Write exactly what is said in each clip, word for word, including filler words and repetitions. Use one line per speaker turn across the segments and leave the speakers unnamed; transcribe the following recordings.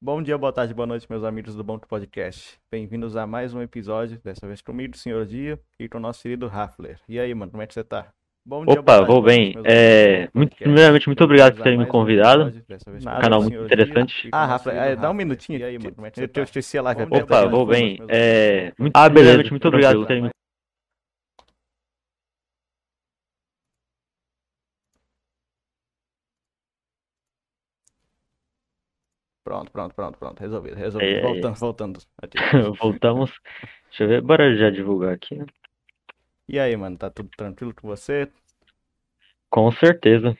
Bom dia, boa tarde, boa noite, meus amigos do Bom Podcast. Bem-vindos a mais um episódio, dessa vez comigo, senhor Dia, e com o nosso querido Raffler. E aí, mano, como é que você tá? Bom dia, boa
Opa,
tarde,
vou
boa noite,
bem.
meus amigos do Bom
É, muito,
Podcast.
primeiramente, muito obrigado
Bem-vindos
por
a
terem me
mais um
convidado.
episódio, dessa vez
Um
comigo,
canal
o
muito
senhor Dia,
interessante.
e com o Ah, nosso Raffler, querido é, dá um Raffler. minutinho E aí, mano, como é que você eu, tá? Eu esqueci a live
Bom,
aberta
Opa,
de
vou
fundo,
bem.
meus amigos do Bom
É, muito,
Podcast.
ah,
Beleza,
primeiramente, muito obrigado
tranquilo.
por terem me.
Pronto, pronto, pronto, pronto, resolvido, resolvido.
É,
Voltando, voltando, atividade.
voltamos. Deixa eu ver, bora já divulgar aqui, né?
E aí, mano, tá tudo tranquilo com você?
Com certeza.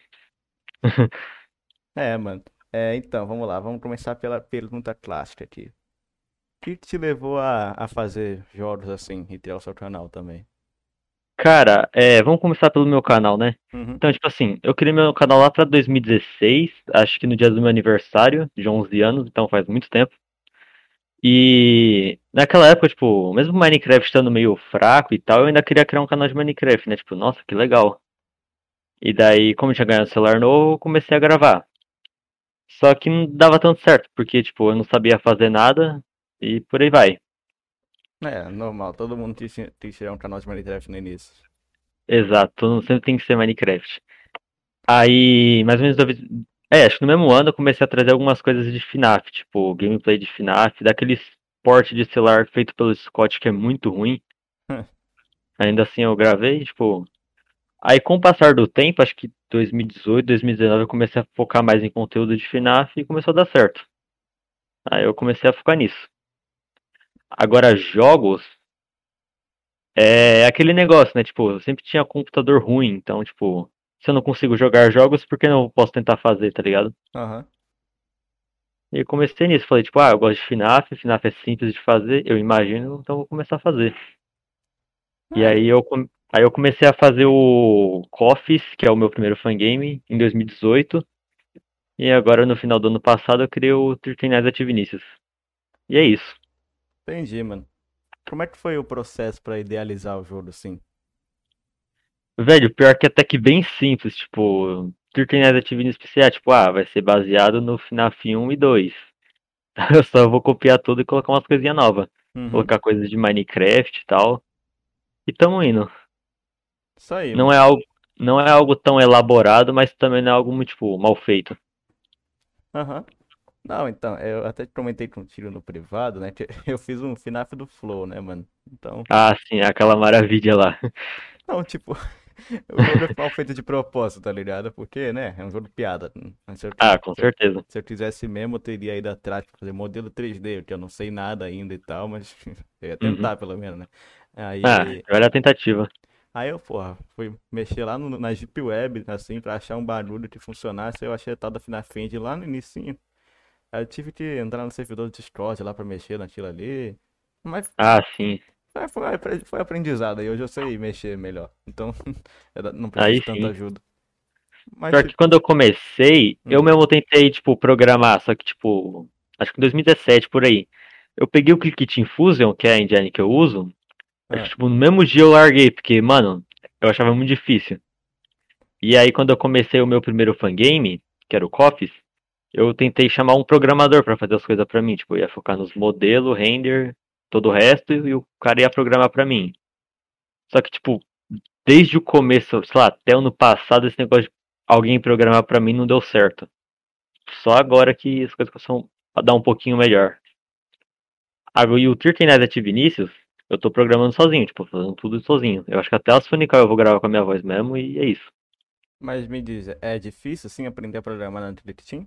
É, mano. É, então, vamos lá, vamos começar pela pergunta clássica aqui. O que te levou a, a fazer jogos assim e criar o seu canal também?
Cara, é, vamos começar pelo meu canal, né?
Uhum.
Então, tipo assim, eu criei meu canal lá pra dois mil e dezesseis, acho que no dia do meu aniversário, de onze anos, então faz muito tempo. E naquela época, tipo, mesmo o Minecraft estando meio fraco e tal, eu ainda queria criar um canal de Minecraft, né? Tipo, nossa, que legal. E daí, como eu tinha ganhado um celular novo, eu comecei a gravar. Só que não dava tanto certo, porque, tipo, eu não sabia fazer nada e por aí vai.
É, normal, todo mundo quis quis criar um canal de Minecraft no início.
Exato, todo mundo sempre tem que ser Minecraft. Aí, mais ou menos, dois- é, acho que no mesmo ano eu comecei a trazer algumas coisas de FNAF, tipo, gameplay de FNAF, daquele porte de celular feito pelo Scott que é muito ruim. Ainda assim eu gravei, tipo. Aí com o passar do tempo, acho que dois mil e dezoito, dois mil e dezenove, eu comecei a focar mais em conteúdo de FNAF e começou a dar certo. Aí eu comecei a focar nisso. Agora, jogos é aquele negócio, né? Tipo, eu sempre tinha computador ruim, então, tipo, se eu não consigo jogar jogos, por que não eu posso tentar fazer, tá ligado?
Aham.
E eu comecei nisso, falei, tipo, ah, eu gosto de FNAF, FNAF é simples de fazer, eu imagino, então eu vou começar a fazer. E
É,
aí eu, com- aí eu comecei a fazer o Coffees, que é o meu primeiro fangame, em dois mil e dezoito. E agora, no final do ano passado, eu criei o trinta e nove Active Initials. E é isso.
entendi, mano. Como é que foi o processo pra idealizar o jogo assim?
Velho, pior que é até que bem simples, tipo, trinta e nove Active Initials é tipo, ah, vai ser baseado no FNAF um e dois. Eu só vou copiar tudo e colocar umas coisinhas novas.
Uhum.
Colocar coisas de Minecraft e tal. E tamo indo.
Isso aí,
Não
mano.
é algo, não é algo tão elaborado, mas também não é algo muito, tipo, mal feito.
Aham. Não, então, eu até comentei contigo no privado, né, que eu fiz um FNAF do Flow, né, mano? Então,
Ah, sim, é aquela maravilha lá.
não, tipo, o jogo é mal feito de propósito, tá ligado? Porque, né, é um jogo de piada. Mas Se eu,
Ah,
quis-
com
se eu,
certeza.
se eu quisesse mesmo, eu teria ido atrás pra fazer modelo três D, que eu não sei nada ainda e tal, mas eu ia
Uhum.
tentar, pelo menos, né?
Ah,
Aí,
olha a tentativa.
aí eu, porra, fui mexer lá no, na Deep Web, assim, pra achar um barulho que funcionasse. Eu achei a tal da FNAF lá no início. Aí eu tive que entrar no servidor do Discord lá pra mexer naquilo ali. Mas
Ah, sim.
foi, foi, apre- foi aprendizado aí, hoje eu sei mexer melhor. Então, eu não preciso
Aí
de tanta
sim.
ajuda. Mas,
Pior que
tipo,
quando eu comecei, eu
hum,
mesmo tentei, tipo, programar, só que, tipo, acho que em dois mil e dezessete, por aí. Eu peguei o Clickit Infusion, que é a engine que eu uso, acho que,
ah,
tipo, no mesmo dia eu larguei, porque, mano, eu achava muito difícil. E aí, quando eu comecei o meu primeiro fangame, que era o Coffees, eu tentei chamar um programador pra fazer as coisas pra mim. Tipo, eu ia focar nos modelos, render, todo o resto, e o cara ia programar pra mim. Só que, tipo, desde o começo, sei lá, até ano passado, esse negócio de alguém programar pra mim não deu certo. Só agora que as coisas começam a dar um pouquinho melhor. Agora, e o trinta e nove Active Initials, eu tô programando sozinho, tipo, fazendo tudo sozinho. Eu acho que até as Funical eu vou gravar com a minha voz mesmo, e é isso.
mas me diz, é difícil assim aprender a programar na Antilictin?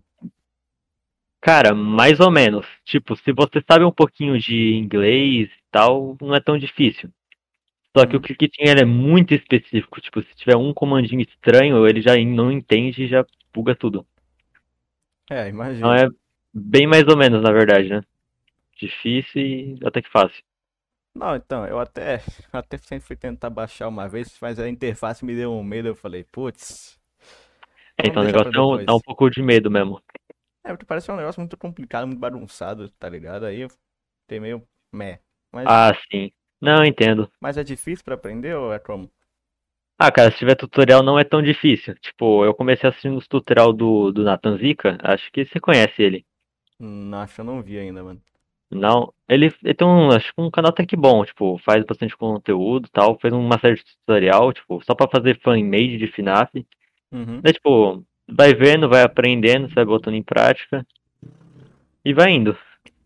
Cara, mais ou menos. Tipo, se você sabe um pouquinho de inglês e tal, não é tão difícil. Só que o
Uhum.
Cricketting ele é muito específico. Tipo, se tiver um comandinho estranho, ele já não entende e já buga tudo.
É,
Então
imagino.
é bem mais ou menos, na verdade, né? Difícil e até que fácil.
Não, então, eu até, até sempre fui tentar baixar uma vez, mas a interface me deu um medo. Eu falei, putz,
É,
vamos
então o
deixar pra
negócio é um- dá um
depois.
pouco de medo mesmo.
É, porque parece um negócio muito complicado, muito bagunçado, tá ligado? Aí eu fiquei meio meh. Mas,
Ah, sim. Não, eu entendo.
mas é difícil pra aprender ou é como?
Ah, cara, se tiver tutorial não é tão difícil. Tipo, eu comecei assistindo os tutorial do, do Nathan Zica, acho que você conhece ele.
Não, acho que eu não vi ainda, mano.
Não, ele, ele tem um, acho que um canal até que bom, tipo, faz bastante conteúdo e tal, fez uma série de tutorial, tipo, só pra fazer fan-made de FNAF.
Uhum.
Daí, tipo, vai vendo, vai aprendendo, vai botando em prática e vai indo.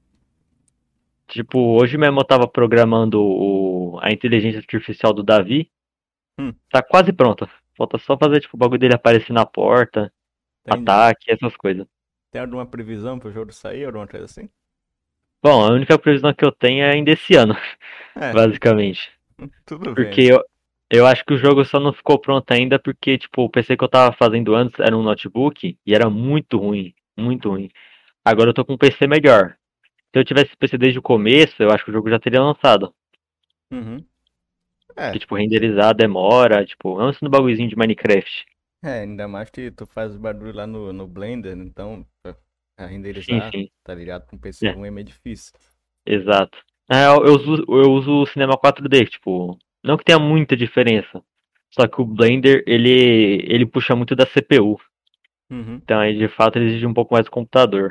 Tipo, hoje mesmo eu tava programando o, a inteligência artificial do Davi,
Hum,
tá quase pronta. Falta só fazer, tipo, o bagulho dele aparecer na porta,
entendi.
ataque, essas coisas.
Tem alguma previsão pro jogo sair ou alguma coisa assim?
Bom, a única previsão que eu tenho é ainda esse ano,
É,
basicamente.
tudo bem,
Porque
né?
eu, eu acho que o jogo só não ficou pronto ainda porque, tipo, o P C que eu tava fazendo antes era um notebook e era muito ruim, muito ruim. Agora eu tô com um P C melhor. Se eu tivesse P C desde o começo, eu acho que o jogo já teria lançado.
Uhum.
Porque,
É,
tipo, renderizar demora, tipo, não sendo bagulhozinho de Minecraft.
é, ainda mais que tu faz o barulho lá no, no Blender, então pra pra
Sim,
renderizar,
sim.
tá ligado? Com P C
É,
ruim é meio difícil.
exato. Na real, eu uso, eu uso o Cinema quatro D, tipo, não que tenha muita diferença. Só que o Blender, ele, ele puxa muito da C P U.
Uhum.
Então, aí, de fato, ele exige um pouco mais do computador.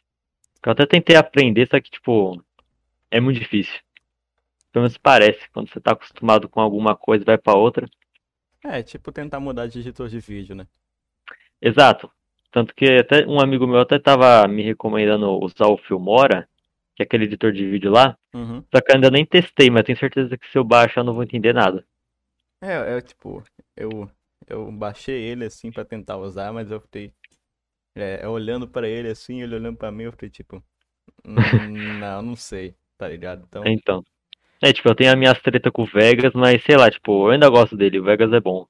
Eu até tentei aprender, só que, tipo, é muito difícil. Pelo menos parece. Quando você tá acostumado com alguma coisa e vai pra outra.
É, tipo tentar mudar de editor de vídeo, né?
Exato. Tanto que até um amigo meu até tava me recomendando usar o Filmora, que é aquele editor de vídeo lá.
Uhum.
Só que eu ainda nem testei, mas tenho certeza que se eu baixar eu não vou entender nada.
É, é tipo, eu, eu baixei ele assim pra tentar usar, mas eu fiquei é, olhando pra ele assim, ele olhando pra mim, eu fiquei tipo, "Hum, não, não sei, tá ligado? Então,
Então. É, tipo, eu tenho as minhas treta com o Vegas, mas sei lá, tipo, eu ainda gosto dele, o Vegas é bom.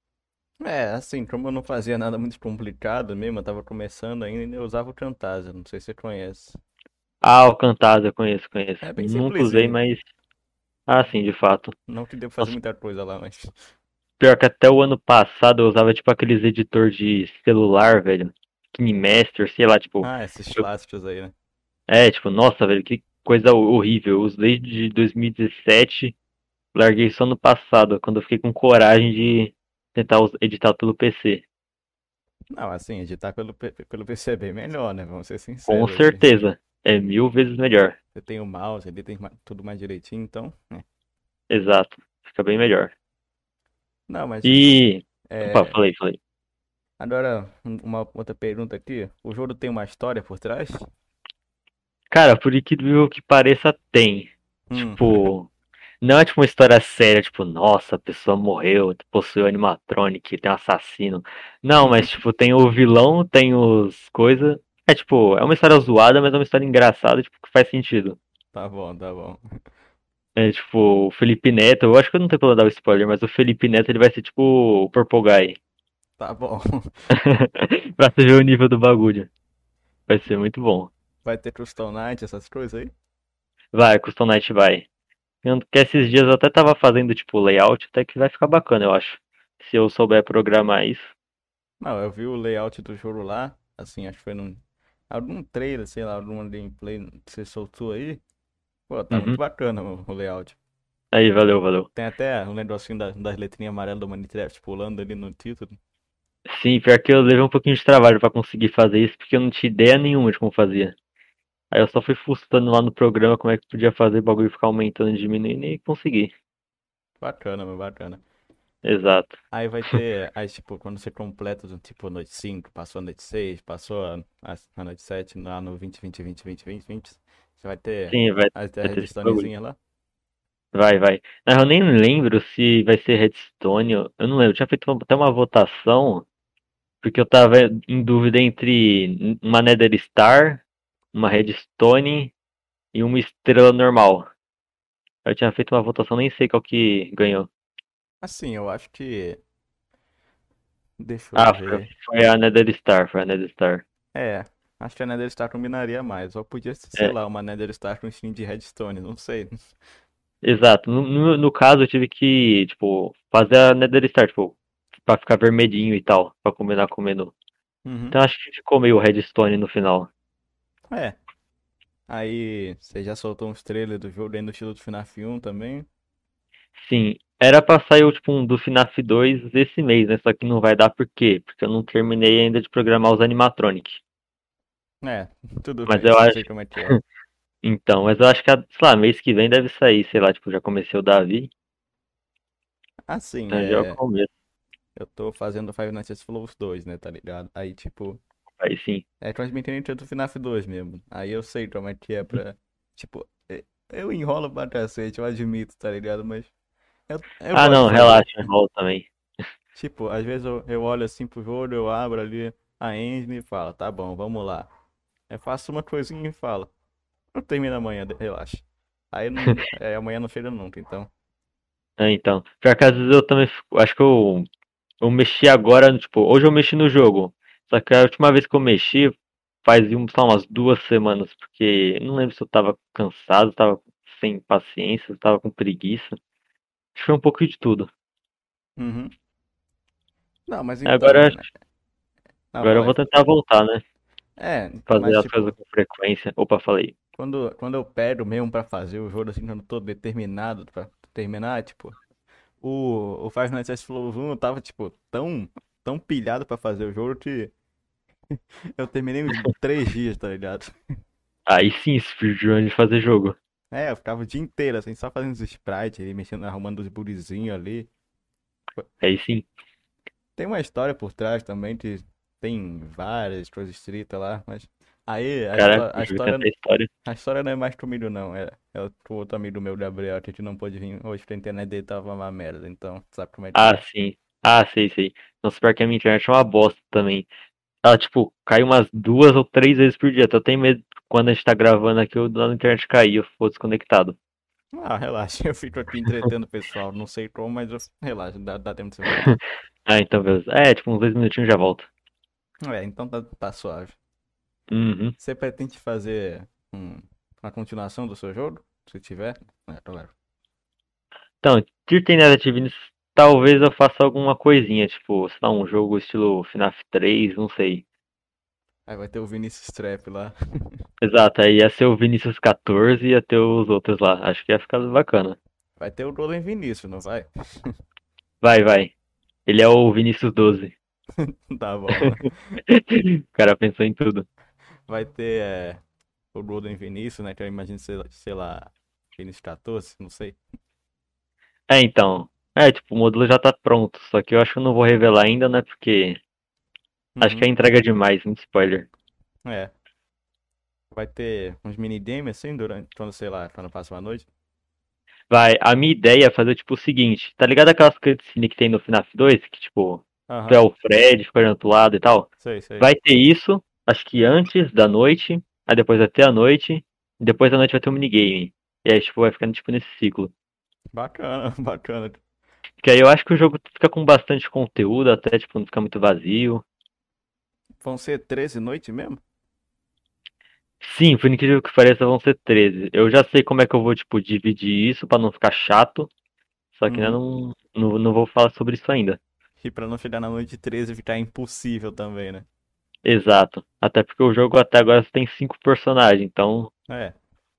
é, assim, como eu não fazia nada muito complicado mesmo, eu tava começando ainda, eu usava o Camtasia, não sei se você conhece.
Ah, o Camtasia, eu conheço, conheço.
É bem
Nunca usei,
simplesinho,
mas. Ah, sim, de fato.
não que deu pra fazer
Nossa,
muita coisa lá, mas...
pior que até o ano passado eu usava, tipo, aqueles editor de celular, velho. KineMaster, sei lá, tipo.
Ah, esses
eu-
clássicos aí, né?
É, tipo, nossa, velho, que coisa horrível. Eu uso desde dois mil e dezessete, larguei só no passado, quando eu fiquei com coragem de tentar us- editar pelo P C.
Não, assim, editar pelo, P- pelo P C é bem melhor, né? Vamos ser
Com
sinceros aqui.
certeza. É mil vezes melhor.
Você tem o mouse ali, tem ma- tudo mais direitinho, então... é.
Exato. Fica bem melhor.
Não, mas tipo,
E. Opa,
é...
falei, falei.
Agora, um- uma outra pergunta aqui. O jogo tem uma história por trás?
Cara, por incrível que pareça, tem.
Hum,
Tipo, não é tipo uma história séria, tipo, nossa, a pessoa morreu, possuiu animatronic, tem um assassino. Não, mas tipo, tem o vilão, tem os coisas. É tipo, é uma história zoada, mas é uma história engraçada, tipo, que faz sentido.
tá bom, tá bom.
É tipo, o Felipe Neto, eu acho que eu não tenho como dar o spoiler, mas o Felipe Neto ele vai ser tipo o Purple Guy.
Tá bom.
Pra você ver o nível do bagulho. Vai ser muito bom.
Vai ter Crystal Knight, essas coisas aí?
Vai, Custom Night vai. Tanto que esses dias eu até tava fazendo, tipo, layout, até que vai ficar bacana, eu acho. Se eu souber programar isso.
Não, eu vi o layout do jogo lá, assim, acho que foi num... Algum trailer, sei lá, alguma gameplay que você soltou aí. Pô, tá muito
Uhum.
bacana o, o layout.
Aí, valeu, valeu.
Tem até um negocinho da- das letrinhas amarelas do Minecraft pulando ali no título.
Sim, pior que eu levei um pouquinho de trabalho pra conseguir fazer isso, porque eu não tinha ideia nenhuma de como fazia. Aí eu só fui fuçando lá no programa como é que podia fazer o bagulho ficar aumentando e diminuindo e consegui.
Bacana, meu, bacana.
Exato.
Aí vai ter, aí tipo, quando você completa, do tipo, noite cinco passou a noite seis passou a, a, a noite sete lá no vinte vinte vinte vinte vinte vinte você vai ter
Sim, vai,
a, a
vai ter esse bagulho.
redstonezinha lá?
Vai, vai. Na real, eu nem lembro se vai ser Redstone. Eu eu não lembro. Eu tinha feito uma- até uma votação, porque eu tava em dúvida entre uma Nether Star, uma Redstone e uma estrela normal. Eu tinha feito uma votação, nem sei qual que ganhou.
Assim, eu acho que, deixa eu
Ah, foi,
ver.
foi a Nether Star, foi a Nether Star.
É, acho que a Nether Star combinaria mais. Ou podia ser, sei
É,
lá, uma Nether Star com skin de redstone, não sei.
exato. No, no, no caso, eu tive que, tipo, fazer a Nether Star, tipo, pra ficar vermelhinho e tal, pra combinar com o menu.
Uhum.
Então acho que ficou meio Redstone no final.
É, aí você já soltou uns trailers do jogo aí no estilo do FNAF um também.
Sim, era pra sair o, tipo, um do FNAF dois esse mês, né? Só que não vai dar por quê? Porque eu não terminei ainda de programar os animatronics.
É, tudo
Mas
bem,
eu
eu
acho.
sei como é que é.
Então, mas eu acho que, sei lá, mês que vem deve sair, sei lá, tipo, já comecei o Davi,
Assim,
então já é o
é.
começo.
Eu tô fazendo Five Nights at Freddy's dois, né, tá ligado? Aí, tipo,
Aí sim.
é transmitindo entre do FNAF dois mesmo. Aí eu sei como é que é pra. Tipo, é- eu enrolo pra cacete, eu admito, tá ligado? Mas eu, eu
Ah,
gosto de
não,
fazer.
relaxa, enrola também.
Tipo, às vezes eu, eu olho assim pro jogo, eu abro ali a engine e falo, tá bom, vamos lá. Eu faço uma coisinha e falo, eu termino amanhã, de- relaxa. Aí não, é, amanhã não chega nunca, então.
É, então. Pior que às vezes eu também fico, acho que eu, eu mexi agora, tipo, hoje eu mexi no jogo. Só que a última vez que eu mexi faz um, sei lá, umas duas semanas, porque eu não lembro se eu tava cansado, tava sem paciência, tava com preguiça. Acho que foi um pouco de tudo.
Uhum. Não, mas então,
Agora,
mano. Não,
agora eu
falei.
vou tentar voltar, né?
É,
Fazer
mas
as coisas
tipo,
com frequência. Opa, falei.
quando, quando eu pego mesmo pra fazer o jogo, assim, quando eu tô determinado pra terminar, tipo, o, o Five Nights at Freddy's um eu tava, tipo, tão, tão pilhado pra fazer o jogo que eu terminei uns três dias, tá ligado?
Aí sim, speedrun de fazer jogo.
É, eu ficava o dia inteiro, assim, só fazendo os sprites ali, mexendo, arrumando os burizinhos ali.
Aí sim.
Tem uma história por trás também, que tem várias coisas escritas lá, mas aí a,
Caraca,
histó
o
a
jogo tem
história
até história.
a história não é mais comigo não, é, é o o outro amigo meu, Gabriel, que a gente não pôde vir hoje pra internet dele tava uma merda, então sabe como é que
Ah,
é.
sim. Ah, sei, sei. Nossa, pior que a minha internet é uma bosta também. Ela, tipo, cai umas duas ou três vezes por dia. Então eu tenho medo quando a gente tá gravando aqui, eu lá na internet cair, eu for desconectado.
Ah, relaxa, eu fico aqui entretendo o pessoal, não sei como, mas eu, relaxa, dá, dá tempo de você voltar.
Ah, então beleza. É, tipo, uns dois minutinhos já volto.
É, então tá, tá suave.
Uhum.
Você pretende fazer um, uma continuação do seu jogo? Se tiver? É, claro.
Então, Tier Narrative, talvez eu faça alguma coisinha, tipo, sei lá, um jogo estilo FNAF três, não sei.
Aí vai ter o Vinicius Trap lá.
Exato, aí ia ser o Vinícius quatorze e ia ter os outros lá. Acho que ia ficar bacana.
Vai ter o Golden Vinícius, não vai?
Vai, vai. Ele é o Vinícius doze.
Tá bom.
O cara pensou em tudo.
Vai ter é, o Golden Vinícius, né? Que eu imagino, sei, sei lá, Vinícius quatorze, não sei.
É, então. É, tipo, o módulo já tá pronto. Só que eu acho que eu não vou revelar ainda, né? Porque acho que é
Uhum.
entrega demais, muito spoiler.
É. Vai ter uns minigames assim durante, quando, sei lá, quando passa uma noite.
Vai, a minha ideia é fazer tipo o seguinte, tá ligado aquelas cutscenes que tem no FNAF dois, que tipo, tu é
Aham.
o Fred, fica olhando pro lado e tal?
Sei, sei.
Vai ter isso, acho que antes da noite, aí depois vai ter a noite, e depois da noite vai ter um minigame. E aí, tipo, vai ficando tipo nesse ciclo.
Bacana, bacana.
Que aí eu acho que o jogo fica com bastante conteúdo, até tipo, não fica muito vazio.
Vão ser treze noites mesmo?
Sim, por incrível que pareça, vão ser treze. Eu já sei como é que eu vou, tipo, dividir isso pra não ficar chato, só que né,
Uhum.
não, não, não vou falar sobre isso ainda.
E pra não chegar na noite treze e ficar impossível também, né?
Exato. Até porque o jogo até agora só tem cinco personagens, então
É.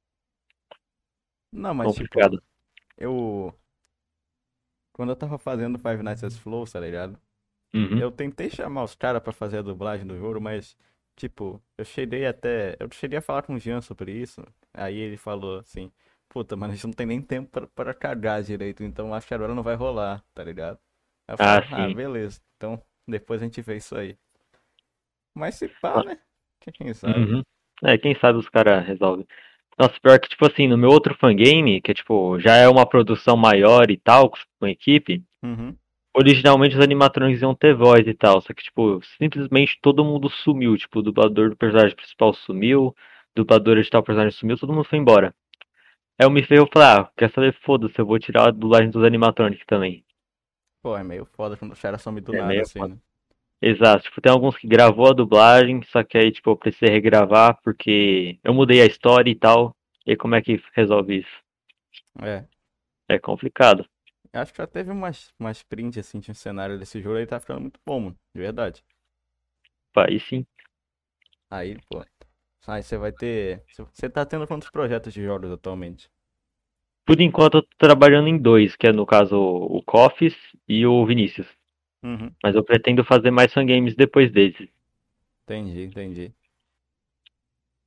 Não, mas tipo,
complicado.
eu. Quando eu tava fazendo Five Nights at Freddy's, tá ligado?
Uhum.
Eu tentei chamar os caras pra fazer a dublagem do jogo, mas, tipo, eu cheguei até. Eu cheguei a falar com o Jean sobre isso. Aí ele falou assim: Puta, mano, a gente não tem nem tempo pra, pra cagar direito, então acho que agora não vai rolar, tá ligado? Aí eu
Ah,
falei: Ah,
sim.
beleza, então depois a gente vê isso aí. Mas se pá, né? Quem sabe?
Uhum. É, quem sabe os caras resolvem. Nossa, pior que, tipo assim, no meu outro fangame, que é tipo, já é uma produção maior e tal, com equipe,
Uhum.
originalmente os animatrônicos iam ter voz e tal, só que, tipo, simplesmente todo mundo sumiu. Tipo, o dublador do personagem principal sumiu, o dublador de tal personagem sumiu, todo mundo foi embora. Aí eu me ferrei e falei, ah, quer saber, foda-se, eu vou tirar a dublagem dos animatrônicos também.
Pô, é meio foda quando os caras somem do
É
nada
meio
assim,
foda.
né?
Exato, tipo, tem alguns que gravou a dublagem, só que aí, tipo, eu precisei regravar porque eu mudei a história e tal. E aí como é que resolve isso?
É.
É complicado.
Acho que já teve umas, umas prints assim de um cenário desse jogo aí, tá ficando muito bom, mano. De verdade.
Pá, aí sim.
Aí, pô. Aí você vai ter. Você tá tendo quantos projetos de jogos atualmente?
Por enquanto eu tô trabalhando em dois, que é no caso o Coffees e o Vinícius.
Uhum.
Mas eu pretendo fazer mais fangames depois desses.
Entendi, entendi.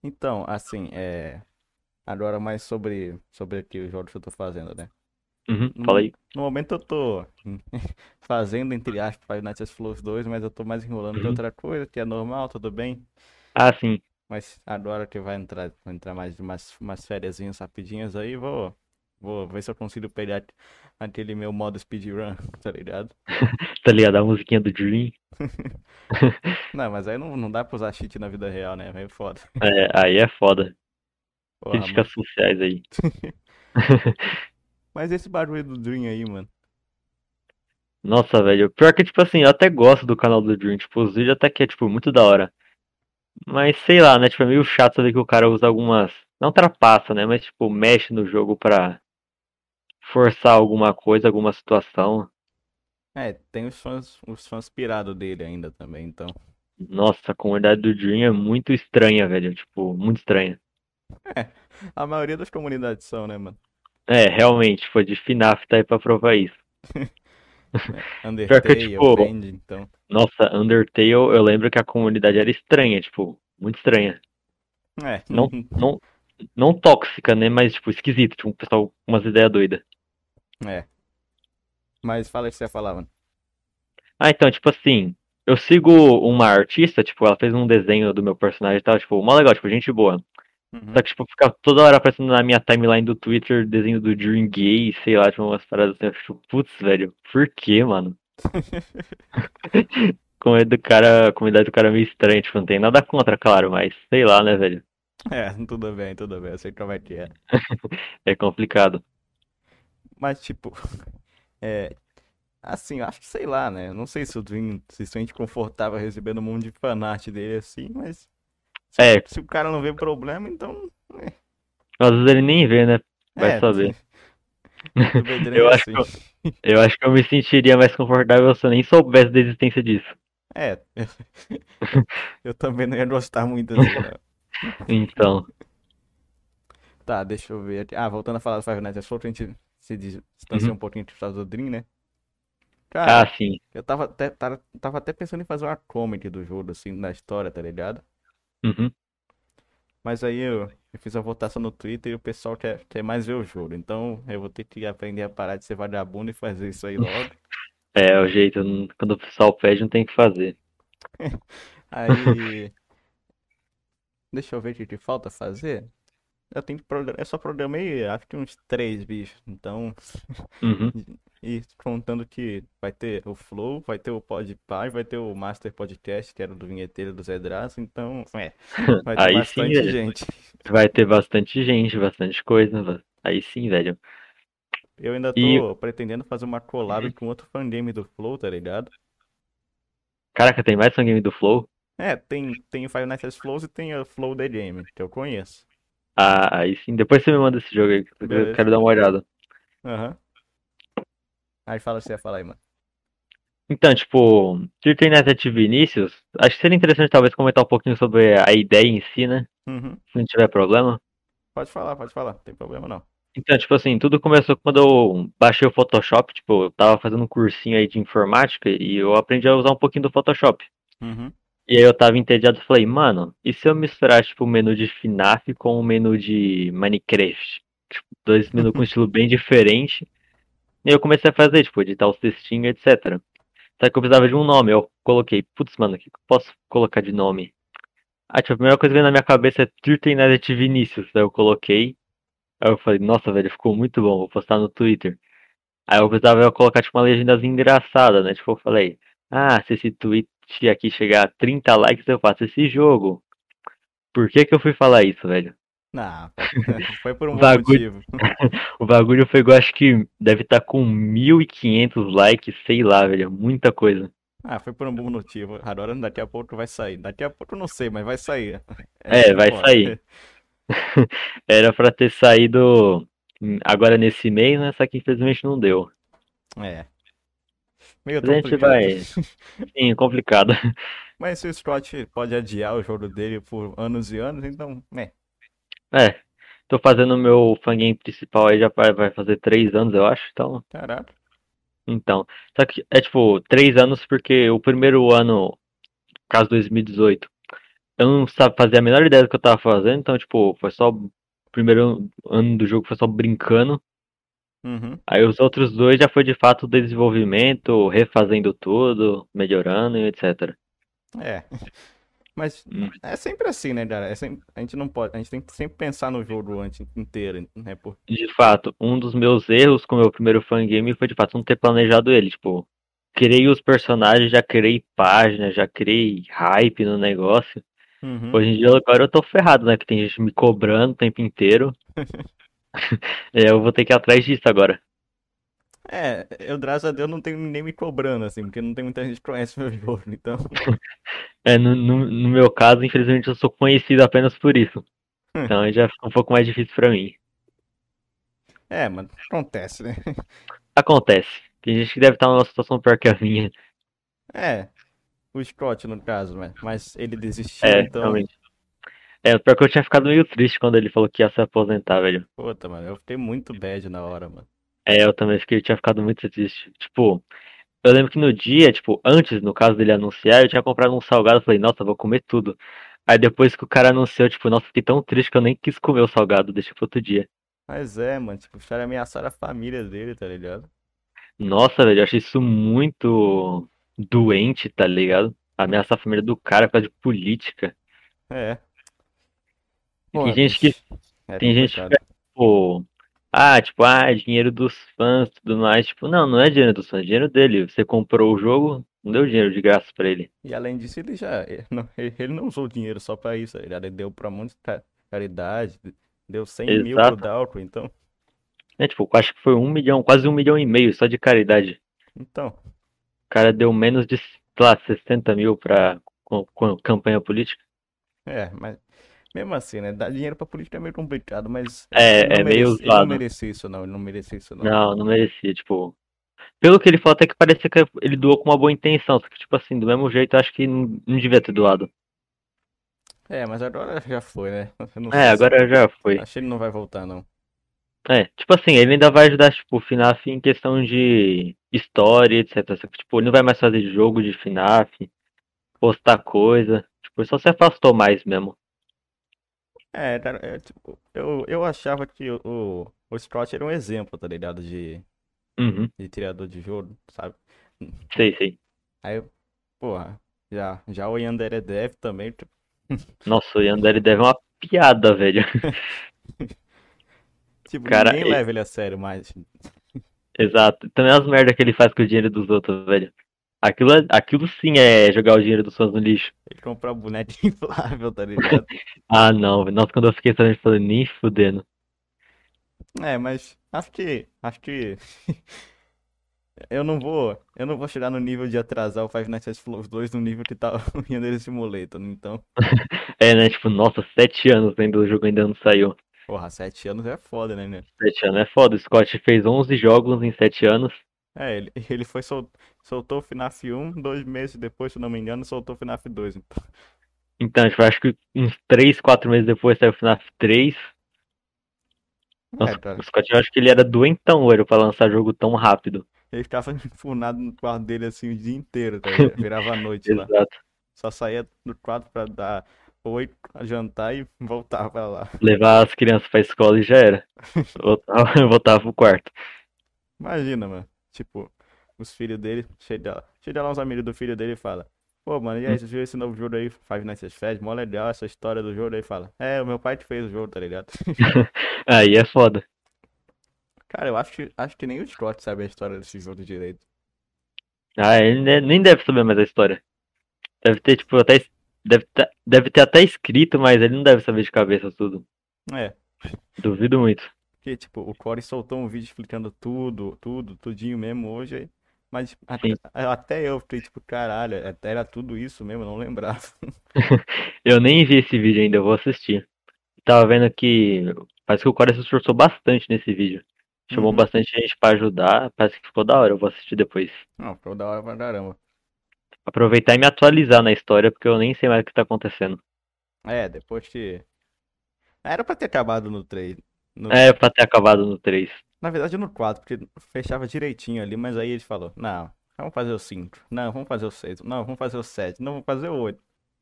Então, assim, é. Agora mais sobre, sobre aqui os jogos que eu tô fazendo, né?
Uhum, fala
No,
aí.
no momento eu tô fazendo, entre aspas, Five Nights at Freddy's dois, mas eu tô mais enrolando que
Uhum.
outra coisa, que é normal, tudo bem.
Ah, sim.
Mas agora que vai entrar, vai entrar mais umas, umas fériasinhas rapidinhas aí, vou, vou ver se eu consigo pegar aquele meu modo speedrun, tá ligado?
Tá ligado? A musiquinha do Dream.
Não, mas aí não, não dá pra usar cheat na vida real, né? É foda.
É, aí é foda.
Porra,
Críticas
mano.
sociais aí.
Mas esse barulho do Dream aí, mano.
Nossa, velho. Pior que, tipo assim, eu até gosto do canal do Dream. Tipo, os vídeos até que é, tipo, muito da hora. Mas sei lá, né? Tipo, é meio chato saber que o cara usa algumas. Não trapaça, né? Mas, tipo, mexe no jogo pra forçar alguma coisa, alguma situação.
É, tem os fãs, os fãs pirados dele ainda também, então.
Nossa, a comunidade do Dream é muito estranha, velho. Tipo, muito estranha.
É, a maioria das comunidades são, né, mano?
É, realmente, foi de FNAF tá aí pra provar isso.
É,
Pior que,
Undertale,
tipo,
Band, então.
nossa, Undertale, eu lembro que a comunidade era estranha, tipo, muito estranha.
É,
Não, não, não tóxica, né? Mas, tipo, esquisito. Tipo, um pessoal com umas ideias doidas.
é. Mas fala o que você ia falar, mano.
Ah, então, tipo assim, eu sigo uma artista, tipo, ela fez um desenho do meu personagem e tal, tipo, mó legal, tipo, gente boa. Só
Uhum.
que, tipo, fica toda hora aparecendo na minha timeline do Twitter desenho do Dream Gay, sei lá, tipo, umas paradas assim. Eu fico, putz, velho, por quê, mano? Comunidade do cara, comunidade do cara é meio estranha, tipo, não tem nada contra, claro, mas sei lá, né, velho?
É, tudo bem, tudo bem, eu sei como é que é.
É complicado.
Mas, tipo, é. Assim, eu acho que sei lá, né? Não sei se o Dream se sente confortável recebendo um monte de fanart dele assim, mas. Se o,
É,
se o cara não vê problema, então.
às vezes ele nem vê, né? Vai
É, é,
saber.
tu vê Dream
Eu
é
acho
assim.
que eu, eu acho que eu me sentiria mais confortável se eu nem soubesse da existência disso.
É, eu também não ia gostar muito assim, não.
Então,
Tá, deixa eu ver aqui. Ah, voltando a falar do Five Nights at Freddy's, a gente se dis- distanciou
uhum.
um pouquinho do estado do Dream, né?
Ah,
Cara,
sim.
eu tava até, tava, tava até pensando em fazer uma comedy do jogo, assim, na história, tá ligado?
Uhum.
Mas aí eu, eu fiz a votação no Twitter e o pessoal quer, quer mais ver o jogo. Então eu vou ter que aprender a parar de ser vagabundo e fazer isso aí logo.
É, o jeito, não- quando o pessoal pede, não tem o que fazer.
Aí, deixa eu ver o que que falta fazer. Eu tenho que programar, eu só programei acho que uns três bichos. Então,
Uhum.
e contando que vai ter o Flow, vai ter o Podpah, e vai ter o Master Podcast, que era do vinheteiro do Zé Draço. Então, é, vai ter
Aí sim,
bastante
velho.
gente.
Vai ter bastante gente, bastante coisa, velho. Aí sim, velho.
Eu ainda
E,
tô pretendendo fazer uma collab
uhum.
com outro fangame do Flow, tá ligado?
Caraca, tem mais um game do Flow?
É, tem, tem o Five Nights at Flows e tem o Flow The Game, que eu conheço.
Ah, aí sim. Depois você me manda esse jogo aí, que eu
Beleza.
quero dar uma olhada.
Aham. Aí fala o que você ia falar aí, mano.
Então, tipo, Twitter Net Vinícius, acho que seria interessante talvez comentar um pouquinho sobre a ideia em si, né?
Uhum.
Se não tiver problema.
Pode falar, pode falar. Não tem problema não.
Então, tipo assim, tudo começou quando eu baixei o Photoshop, tipo, eu tava fazendo um cursinho aí de informática e eu aprendi a usar um pouquinho do Photoshop.
Uhum.
E aí eu tava entediado e falei, mano, e se eu misturar, tipo, o menu de FNAF com o menu de Minecraft? Tipo, dois menus com estilo bem diferente. E aí eu comecei a fazer, tipo, editar os textinhos, etcétera. Só que eu precisava de um nome, eu coloquei, putz, mano, o que que eu posso colocar de nome? Ah, tipo, a primeira coisa que veio na minha cabeça é Twitter Net Vinícius, daí eu coloquei. Aí eu falei, nossa, velho, ficou muito bom, vou postar no Twitter. Aí eu precisava colocar, tipo, uma legendazinha engraçada, né? Tipo, eu falei, ah, se esse tweet aqui chegar a trinta likes, eu faço esse jogo. Por que que eu fui falar isso, velho?
Não, foi por um
O
bom
bagulho,
motivo.
o bagulho pegou, acho que deve estar com mil e quinhentos likes, sei lá, velho, muita coisa.
Ah, foi por um bom motivo. Agora daqui a pouco vai sair. Daqui a pouco eu não sei, mas vai sair. É isso
É,
que
vai
importa.
sair. Era pra ter saído hum, agora nesse mês, né? Só que infelizmente não deu.
É, meio
Mas a gente
complicado.
vai. Sim, complicado.
Mas se o Scott pode adiar o jogo dele por anos e anos, então, é,
É, tô fazendo o meu fangame principal aí já vai, vai fazer três anos, eu acho. Então,
caraca.
então. Só que é tipo, três anos porque o primeiro ano, caso dois mil e dezoito, eu não sabia fazer a menor ideia do que eu tava fazendo, então, tipo, foi só o primeiro ano do jogo foi só brincando.
Uhum.
Aí os outros dois já foi de fato desenvolvimento, refazendo tudo, melhorando e etcétera.
É. Mas
Hum.
é sempre assim, né, cara? É sempre, a gente não pode, a gente tem que sempre pensar no jogo antes inteiro, né? Por,
De fato, um dos meus erros com o meu primeiro fangame foi de fato não ter planejado ele. Tipo, criei os personagens, já criei página, já criei hype no negócio.
uhum.
Hoje em dia agora eu tô ferrado, né? Que tem gente me cobrando o tempo inteiro. É, eu vou ter que ir atrás disso agora.
É, eu, graças a Deus, não tenho ninguém me cobrando, assim, porque não tem muita gente que conhece meu jogo, então.
É, no, no, no meu caso, infelizmente, eu sou conhecido apenas por isso. Então aí já fica um pouco mais difícil pra mim.
É, mano, acontece, né?
Acontece. Tem gente que deve estar numa situação pior que a minha.
É, o Scott, no caso, né? Mas ele desistiu,
É,
então.
realmente. É, pior que eu tinha ficado meio triste quando ele falou que ia se aposentar, velho.
Puta, mano, eu fiquei muito bad na hora, mano.
É, eu também fiquei, tinha ficado muito triste. Tipo, eu lembro que no dia, tipo, antes, no caso dele anunciar, eu tinha comprado um salgado, eu falei, nossa, vou comer tudo. Aí depois que o cara anunciou, tipo, nossa, fiquei tão triste que eu nem quis comer o salgado, deixei pro outro dia.
Mas é, mano, tipo, os caras ameaçaram a família dele, tá ligado?
Nossa, velho, eu achei isso muito doente, tá ligado? Ameaçar a família do cara por causa de política.
É.
E tem
Porra,
gente que,
bicho. É
tem gente que
complicado.
fica, tipo, ah, tipo, ah, é dinheiro dos fãs, tudo mais. Tipo, não, não é dinheiro dos fãs, é dinheiro dele. Você comprou o jogo, não deu dinheiro de graça pra ele.
E além disso, ele já. Ele não, ele ele não usou dinheiro só pra isso, tá ligado? Ele deu pra muita ca- caridade, deu cem mil pro
Exato.
Dalton, então.
É, tipo, eu acho que foi um milhão, quase um milhão e meio só de caridade.
Então.
O cara deu menos de, sei lá, sessenta mil pra com, com campanha política.
É, mas mesmo assim, né? Dar dinheiro pra política é meio complicado, mas ele, ele não
É, é meio
merece, ele não
usado.
merecia isso, não. Ele não merecia isso, não.
Não, não merecia, tipo. Pelo que ele falou, até que parecia que ele doou com uma boa intenção. Só que, tipo assim, do mesmo jeito, eu acho que não, não devia ter doado.
É, mas agora já foi, né? Eu não
É,
sei se.
agora já foi.
Acho que ele não vai voltar, não.
É, tipo assim, ele ainda vai ajudar, tipo, o FNAF em questão de história, etcétera. Só que, tipo, ele não vai mais fazer jogo de FNAF, postar coisa. Tipo, ele só se afastou mais mesmo.
É, cara, é, tipo, eu, eu achava que o, o, o Scott era um exemplo, tá ligado? De,
Uhum,
de criador de jogo, sabe?
sei, sei.
Aí, porra, já, já o Yandere Dev também, tipo,
Nossa, o Yandere deve uma piada, velho.
tipo,
Cara,
ninguém
e-
leva ele a sério mais.
exato. Também as merdas que ele faz com o dinheiro dos outros, velho. Aquilo, é- aquilo sim é jogar o dinheiro dos fãs no lixo.
Ele comprar boneco inflável, tá ligado?
Ah, não, velho. Nossa, quando eu fiquei sabendo, eu falei, nem fudendo.
É, mas acho que, acho que eu não vou, eu não vou chegar no nível de atrasar o Five Nights at Freddy's dois no nível que tá o Yandere Simulator, então,
É, né? Tipo, nossa, sete anos ainda o jogo ainda não saiu.
porra, sete anos é foda, né, né?
Sete anos é foda. O Scott fez onze jogos em sete anos.
É, ele, ele foi, sol, soltou o FNAF um, dois meses depois, se não me engano, soltou o FNAF dois. Então,
Então, tipo, acho que uns três, quatro meses depois saiu o FNAF três.
é,
Nossa, o
cara,
Scott, eu acho que ele era doentão, velho, pra lançar jogo tão rápido.
ele ficava enfurnado no quarto dele assim o dia inteiro, tá ligado? Virava a noite lá.
Exato.
Só saía do quarto pra dar oi, jantar e voltava pra lá.
Levar as crianças pra escola e já era. Voltava, voltava pro quarto.
Imagina, mano. Tipo, os filhos dele, chega lá, chega lá uns amigos do filho dele e fala: Pô, mano, e aí,
Hum.
você viu esse novo jogo aí, Five Nights at Freddy's? Mó legal essa história do jogo aí. Fala: É, o meu pai que fez o jogo, tá ligado?
Aí é foda.
Cara, eu acho que, acho que nem o Scott sabe a história desse jogo direito.
Ah, ele ne- nem deve saber mais a história. Deve ter, tipo, até. es- Deve, tá- deve ter até escrito, mas ele não deve saber de cabeça tudo.
É,
Duvido muito.
porque, tipo, o Corey soltou um vídeo explicando tudo, tudo, tudinho mesmo hoje. aí- Mas até,
Sim.
até eu fiquei, tipo, caralho, até era tudo isso mesmo, eu não lembrava.
Eu nem vi esse vídeo ainda, eu vou assistir. Tava vendo que. Parece que o Corey se esforçou bastante nesse vídeo. Chamou
Uhum.
bastante gente pra ajudar. Parece que ficou da hora, eu vou assistir depois.
Não, ficou da hora pra caramba.
Aproveitar e me atualizar na história, porque eu nem sei mais o que tá acontecendo.
É, depois que. Era pra ter acabado no três. No...
É, pra ter acabado no três.
Na verdade, no quatro, porque fechava direitinho ali, mas aí ele falou: Não, vamos fazer o cinco. Não, vamos fazer o seis. Não, vamos fazer o sete. Não, vamos fazer o oito.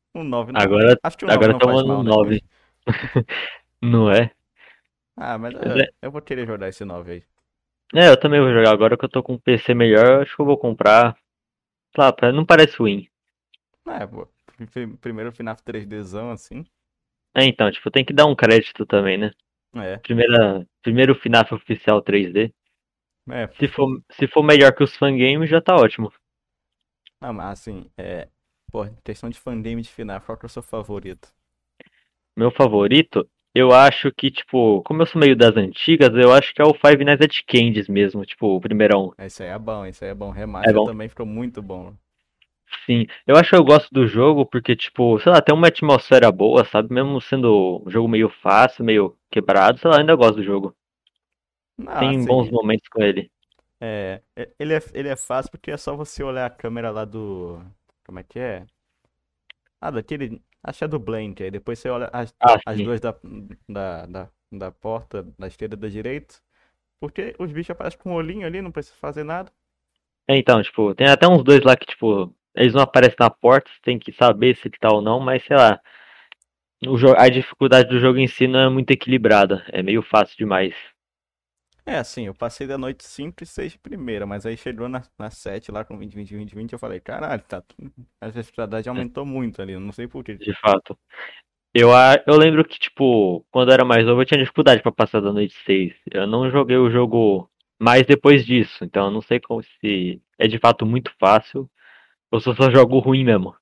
O nove não.
Agora,
Acho que o nove
agora
não faz
estamos no
mal, né?
nove. Não é?
Ah, mas
Mas
é,
é.
eu vou querer jogar esse nove aí.
É, eu também vou jogar. Agora que eu tô com um P C melhor, acho que eu vou comprar. Lá, pra- não parece ruim.
É, pô. pri- Primeiro FNAF três Dzão, assim.
É, então, tipo, tem que dar um crédito também, né?
É.
Primeira, primeiro FNAF oficial três D.
É.
Se for, se for melhor que os fangames, já tá ótimo.
Não, mas assim, é. Pô, questão de fandame de FNAF, qual que é o seu favorito?
Meu favorito, eu acho que, tipo, como eu sou meio das antigas, eu acho que é o Five Nights at Candy's mesmo, tipo, o primeirão.
Esse aí é bom, esse aí é bom.
É
Remaster
bom.
também ficou muito bom.
Sim, eu acho que eu gosto do jogo porque, tipo, sei lá, tem uma atmosfera boa, sabe? Mesmo sendo um jogo meio fácil, meio quebrado, sei lá, ainda gosto do jogo.
Não,
Tem bons
assim,
momentos com ele.
é. é- Ele é, ele é fácil porque é só você olhar a câmera lá do. Como é que é? Ah, daquele. Acho que é do Blank. Aí depois você olha as,
Ah,
as
sim.
duas da, da, da, da porta, da esquerda e da direita. Porque os bichos aparecem com um olhinho ali, não precisa fazer nada.
É, então, tipo, tem até uns dois lá que, tipo, eles não aparecem na porta, você tem que saber se que tá ou não, mas sei lá, o jo- a dificuldade do jogo em si não é muito equilibrada, é meio fácil demais.
É, assim, eu passei da noite cinco e seis de primeira, mas aí chegou na, na sete lá com vinte vinte vinte vinte eu falei, caralho, tá, tudo- a dificuldade aumentou muito ali, eu não sei por quê.
De fato. Eu, a- eu lembro que, tipo, quando eu era mais novo, eu tinha dificuldade pra passar da noite seis. Eu não joguei o jogo mais depois disso, então eu não sei como se é de fato muito fácil ou se eu só jogo ruim mesmo.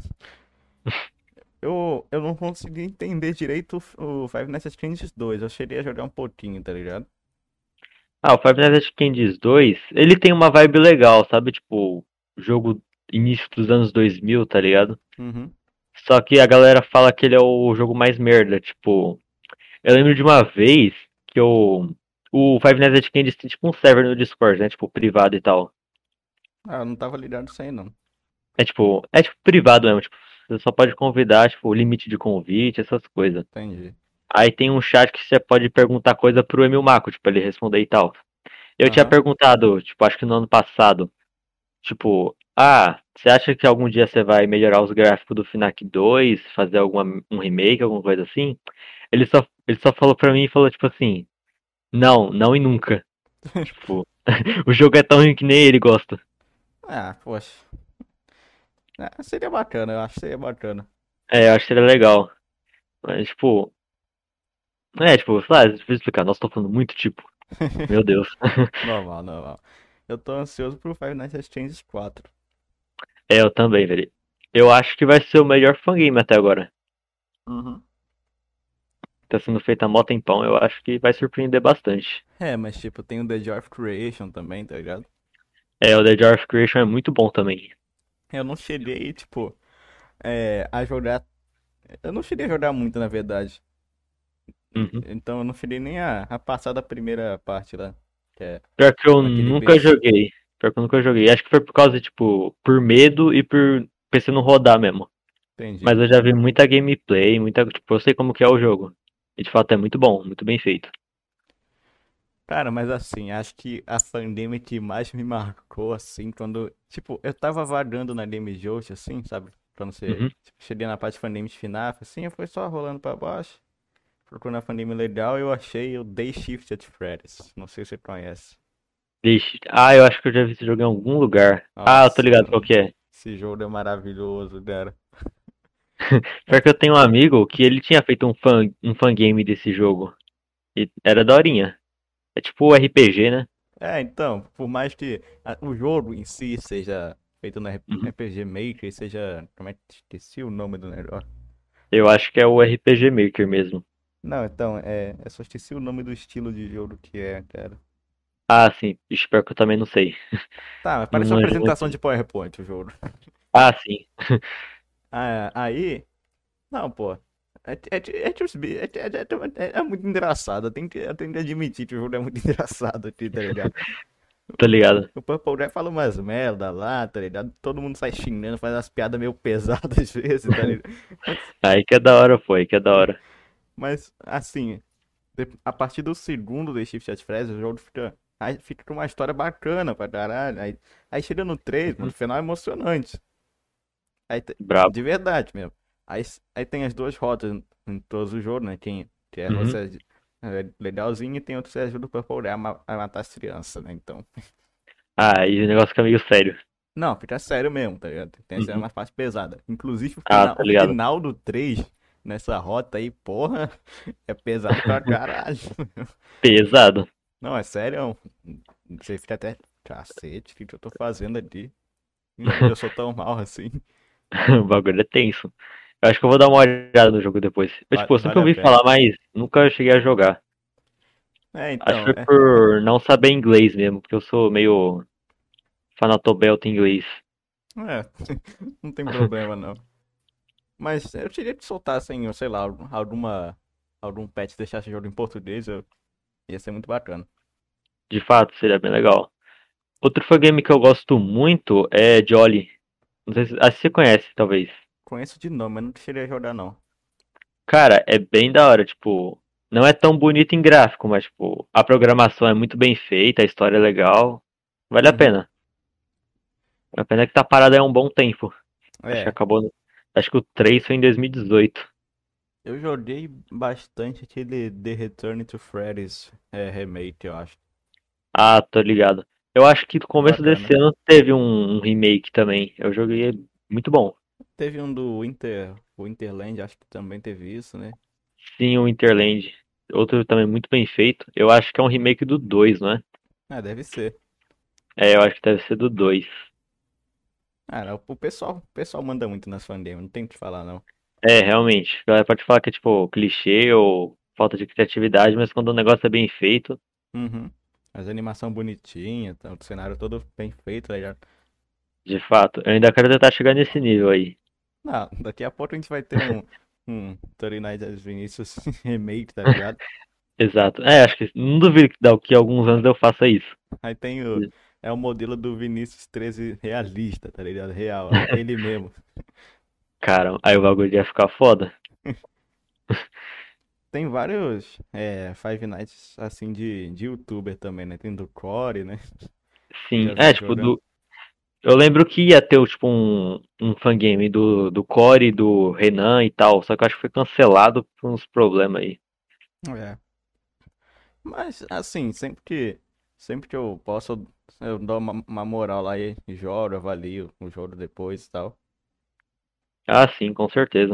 Eu, eu não consegui entender direito o, o Five Nights at Freddy's dois, eu cheguei a jogar um pouquinho, tá ligado?
Ah, o Five Nights at Candy's dois, ele tem uma vibe legal, sabe? Tipo, jogo início dos anos dois mil, tá ligado?
Uhum.
Só que a galera fala que ele é o jogo mais merda, tipo, eu lembro de uma vez que eu, o Five Nights at Candy's tem tipo um server no Discord, né? Tipo, privado e tal.
Ah, eu não tava ligado nisso aí não,
É tipo, é tipo privado mesmo, tipo, você só pode convidar, tipo, limite de convite, essas coisas.
entendi.
Aí tem um chat que você pode perguntar coisa pro Emil Mako, tipo, ele responder e tal. Eu tinha
Aham.
perguntado, tipo, acho que no ano passado, tipo, ah, você acha que algum dia você vai melhorar os gráficos do Finac dois, fazer alguma, um remake, alguma coisa assim? Ele só, ele só falou pra mim e falou, tipo assim, não, não e nunca. Tipo, o jogo é tão ruim que nem ele gosta.
Ah, poxa. Ah, seria bacana, eu acho que seria bacana.
É, eu acho que seria legal. Mas, tipo, é, tipo, sei lá, é difícil explicar. Nossa, tô falando muito, tipo, meu Deus.
Normal, normal. Eu tô ansioso pro Five Nights at Freddy's quatro.
É, eu também, velho. Eu acho que vai ser o melhor fangame até agora.
Uhum.
Tá sendo feito há mó tempão, eu acho que vai surpreender bastante.
É, mas tipo, tem o The Joy of Creation também, tá ligado?
É, o The Jar of Creation é muito bom também.
Eu não cheguei, tipo, é, a jogar. Eu não cheguei a jogar muito, na verdade. E-
Uhum.
Então eu não cheguei nem a, a passar da primeira parte lá. Que é
Pior que eu
com aquele
nunca
beijo.
joguei. Pior que eu nunca joguei. Acho que foi por causa, tipo, por medo e por P C não rodar mesmo.
Entendi.
Mas eu já vi muita gameplay, muita, tipo, eu sei como que é o jogo. E de fato é muito bom, muito bem feito.
Cara, mas assim, acho que a fandeme que mais me marcou, assim, quando. Tipo, eu tava vagando na Game Jolt, assim, sabe? Quando você.
Uhum.
Tipo, cheguei na parte de fandeme de FNAF, assim, eu fui só rolando pra baixo. Procurando a fandeme legal eu achei o Day Shift at Freddy's. Não sei se você conhece.
Vixe. Ah, eu acho que eu já vi esse jogo em algum lugar. Ah, eu tô
Nossa,
ligado qual
mano.
que é.
Esse jogo é maravilhoso, cara.
Pior que eu tenho um amigo que ele tinha feito um fan, um fangame desse jogo. E era daorinha. É tipo R P G, né?
É, então, por mais que a- o jogo em si seja feito no R-
Uhum.
RPG Maker, seja. Como é que esqueci o nome do negócio?
Eu acho que é o R P G Maker mesmo.
Não, então, é. Eu só esqueci o nome do estilo de jogo que é, cara.
Ah, sim. Ixi, pior que eu também não sei.
Tá, mas
Não
parece uma
manjo muito.
apresentação de PowerPoint o jogo.
Ah, sim.
Ah, aí. Não, pô. É, é, é, é, tipo, é, é, é- é muito engraçado. Eu tenho que, eu tenho que admitir que o jogo é muito engraçado aqui, tá ligado?
Tô ligado.
O Purple Guy fala umas merda lá, tá ligado? Todo mundo sai xingando, faz umas piadas meio pesadas às vezes, tá ligado? Mas,
Aí que é da hora, pô. Aí que é da hora.
mas assim, de- a partir do segundo The Shift at Freddy's, o jogo fica, aí fica com uma história bacana pra caralho. Aí, aí chega no três, mano,
Uhum.
o final é emocionante. Aí, te-
Brabo.
de verdade mesmo. Aí, s- aí tem as duas rotas em em todos os jogos, né? Tem, tem a
Uhum.
você é legalzinho e tem outro que você ajuda o Purple a, ma- a matar as crianças, né? Então.
Ah, e o negócio fica meio sério.
Não, fica sério mesmo, tá ligado? Tem a cena
Uhum.
mais parte pesada. Inclusive o
Ah,
final,
tá
o
ligado.
final do três nessa rota aí, porra, é pesado pra caralho.
Pesado.
Não, é sério. Você fica até. Cacete, o que que eu tô fazendo ali? Minha vida, eu sou tão mal assim.
O bagulho é tenso. Eu acho que eu vou dar uma olhada no jogo depois. Eu,
Va-
tipo, eu sempre
Vale a
ouvi
pena.
falar, mas nunca cheguei a jogar.
É,
Acho que
então,
foi
é.
por não saber inglês mesmo, porque eu sou meio fanatobelta em inglês.
É, não tem problema não. Mas eu queria que soltassem, sei lá, alguma. Algum patch que deixasse o jogo em português, eu... ia ser muito bacana.
De fato, seria bem legal. Outro game que eu gosto muito é Jolly. Não sei se, ah, se você conhece, talvez.
Conheço de nome, mas não cheguei a jogar não.
Cara, é bem da hora, tipo, não é tão bonito em gráfico, mas tipo, a programação é muito bem feita, a história é legal. Vale a
Uhum.
pena. A pena que tá parado há um bom tempo. Acho que
É,
acabou. no- Acho que o três foi em dois mil e dezoito.
eu joguei bastante aquele The Return to Freddy's é, remake, eu acho.
Ah, tô ligado. Eu acho que no
É
começo
bacana.
desse ano teve um, um remake também. Eu joguei, é muito bom.
Teve um do Winter, o Winterland, acho que também teve isso, né?
Sim, o Interland. Outro também muito bem feito. Eu acho que é um remake do dois, não é?
Ah, deve ser.
É, eu acho que deve ser do dois.
Cara, o pessoal, o pessoal manda muito nas fangames, não tem o que falar não.
É, realmente. A galera pode falar que é tipo clichê ou falta de criatividade, mas quando o negócio é bem feito,
Uhum. As animação bonitinha, tá, o cenário todo bem feito, tá ligado?
de fato, eu ainda quero tentar chegar nesse nível aí.
Não, daqui a pouco a gente vai ter um, um trinta e nove das Vinicius remake, tá ligado?
Exato. É, acho que não duvido que daqui a alguns anos eu faça isso.
Aí tem o, é o modelo do Vinícius treze realista, tá ligado? Real, ó, ele mesmo.
Cara, aí o bagulho ia ficar foda.
Tem vários é, Five Nights assim de, de youtuber também, né? Tem do Core, né?
Sim,
Já vi
é,
ele
tipo,
jogando.
do, eu lembro que ia ter, tipo, um, um fangame do, do Core, do Renan e tal, só que eu acho que foi cancelado por uns problemas aí.
É. Mas assim, sempre que sempre que eu posso, eu, eu dou uma, uma moral lá e jogo, avalio o jogo depois e tal.
Ah, sim, com certeza.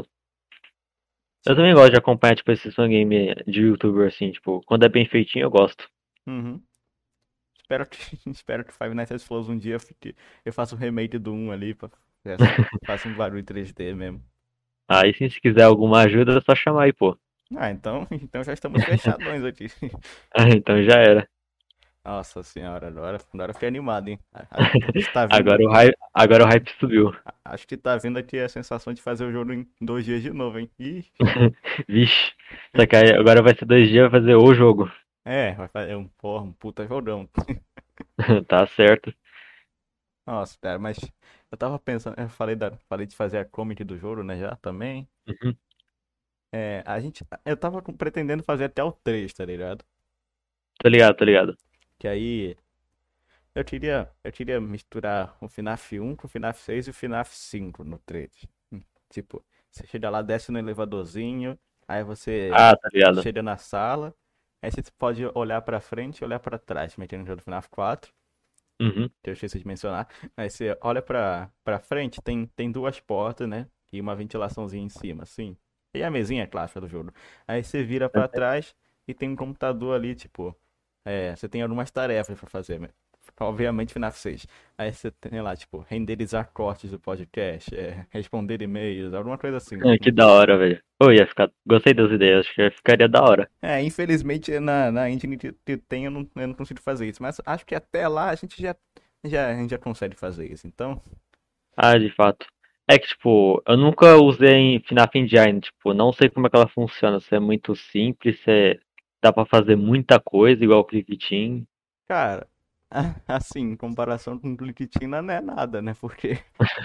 Eu também
Tipo,
gosto de acompanhar, tipo, esses fangame de youtuber, assim, tipo, quando é bem feitinho eu gosto.
uhum. Espero que espero que Five Nights at Freddy's um dia fique, eu faça um remake do um ali, pra, faça um barulho três D mesmo.
Aí sim, se quiser alguma ajuda, é só chamar aí, pô.
Ah, então, então já estamos fechadões aqui.
Ah, então já era.
Nossa senhora, agora, agora eu fiquei animado, hein? A- a- Acho que tá
Agora
vindo,
o hype, agora o hype subiu.
a- acho que tá vindo aqui a sensação de fazer o jogo em dois dias de novo, hein? Ih,
Vixe. Só que aí agora vai ser dois dias vai fazer o jogo.
é, vai fazer um porra, um puta jogão.
Tá certo.
Nossa, cara, mas eu tava pensando, eu falei, da, falei de fazer a comic do jogo, né, já também.
Uhum.
É, a gente, eu tava com- pretendendo fazer até o três, tá ligado?
Tô ligado, tô ligado.
Que aí eu queria, eu queria misturar o FNAF um com o FNAF seis e o FNAF cinco no três. Hum, Tipo, você chega lá, desce no elevadorzinho, aí você
Ah, tá ligado.
chega na sala, aí você pode olhar pra frente e olhar pra trás, metendo no jogo do FNAF quatro.
Uhum.
Que eu esqueci de mencionar. Aí você olha pra, pra frente, tem, tem duas portas, né? E uma ventilaçãozinha em cima, assim. E a mesinha clássica do jogo. Aí você vira pra trás e tem um computador ali, tipo. É, você tem algumas tarefas pra fazer, né? Obviamente FNAF seis. Aí você tem lá, tipo, renderizar cortes do podcast, é, responder e-mails, alguma coisa assim,
Ah, que
né?
da hora, velho. Ô, ia ficar. Gostei das ideias, acho que ficaria da hora.
É, infelizmente na, na engine que que tem eu não, eu não consigo fazer isso. Mas acho que até lá a gente já, já, a gente já consegue fazer isso. Então,
Ah, de fato. É que, tipo, eu nunca usei em FNAF Engine, tipo, não sei como é que ela funciona. Se é muito simples, se é... dá pra fazer muita coisa, igual o Clickteam.
cara, assim, em comparação com o Gliquitina não é nada, né? Porque,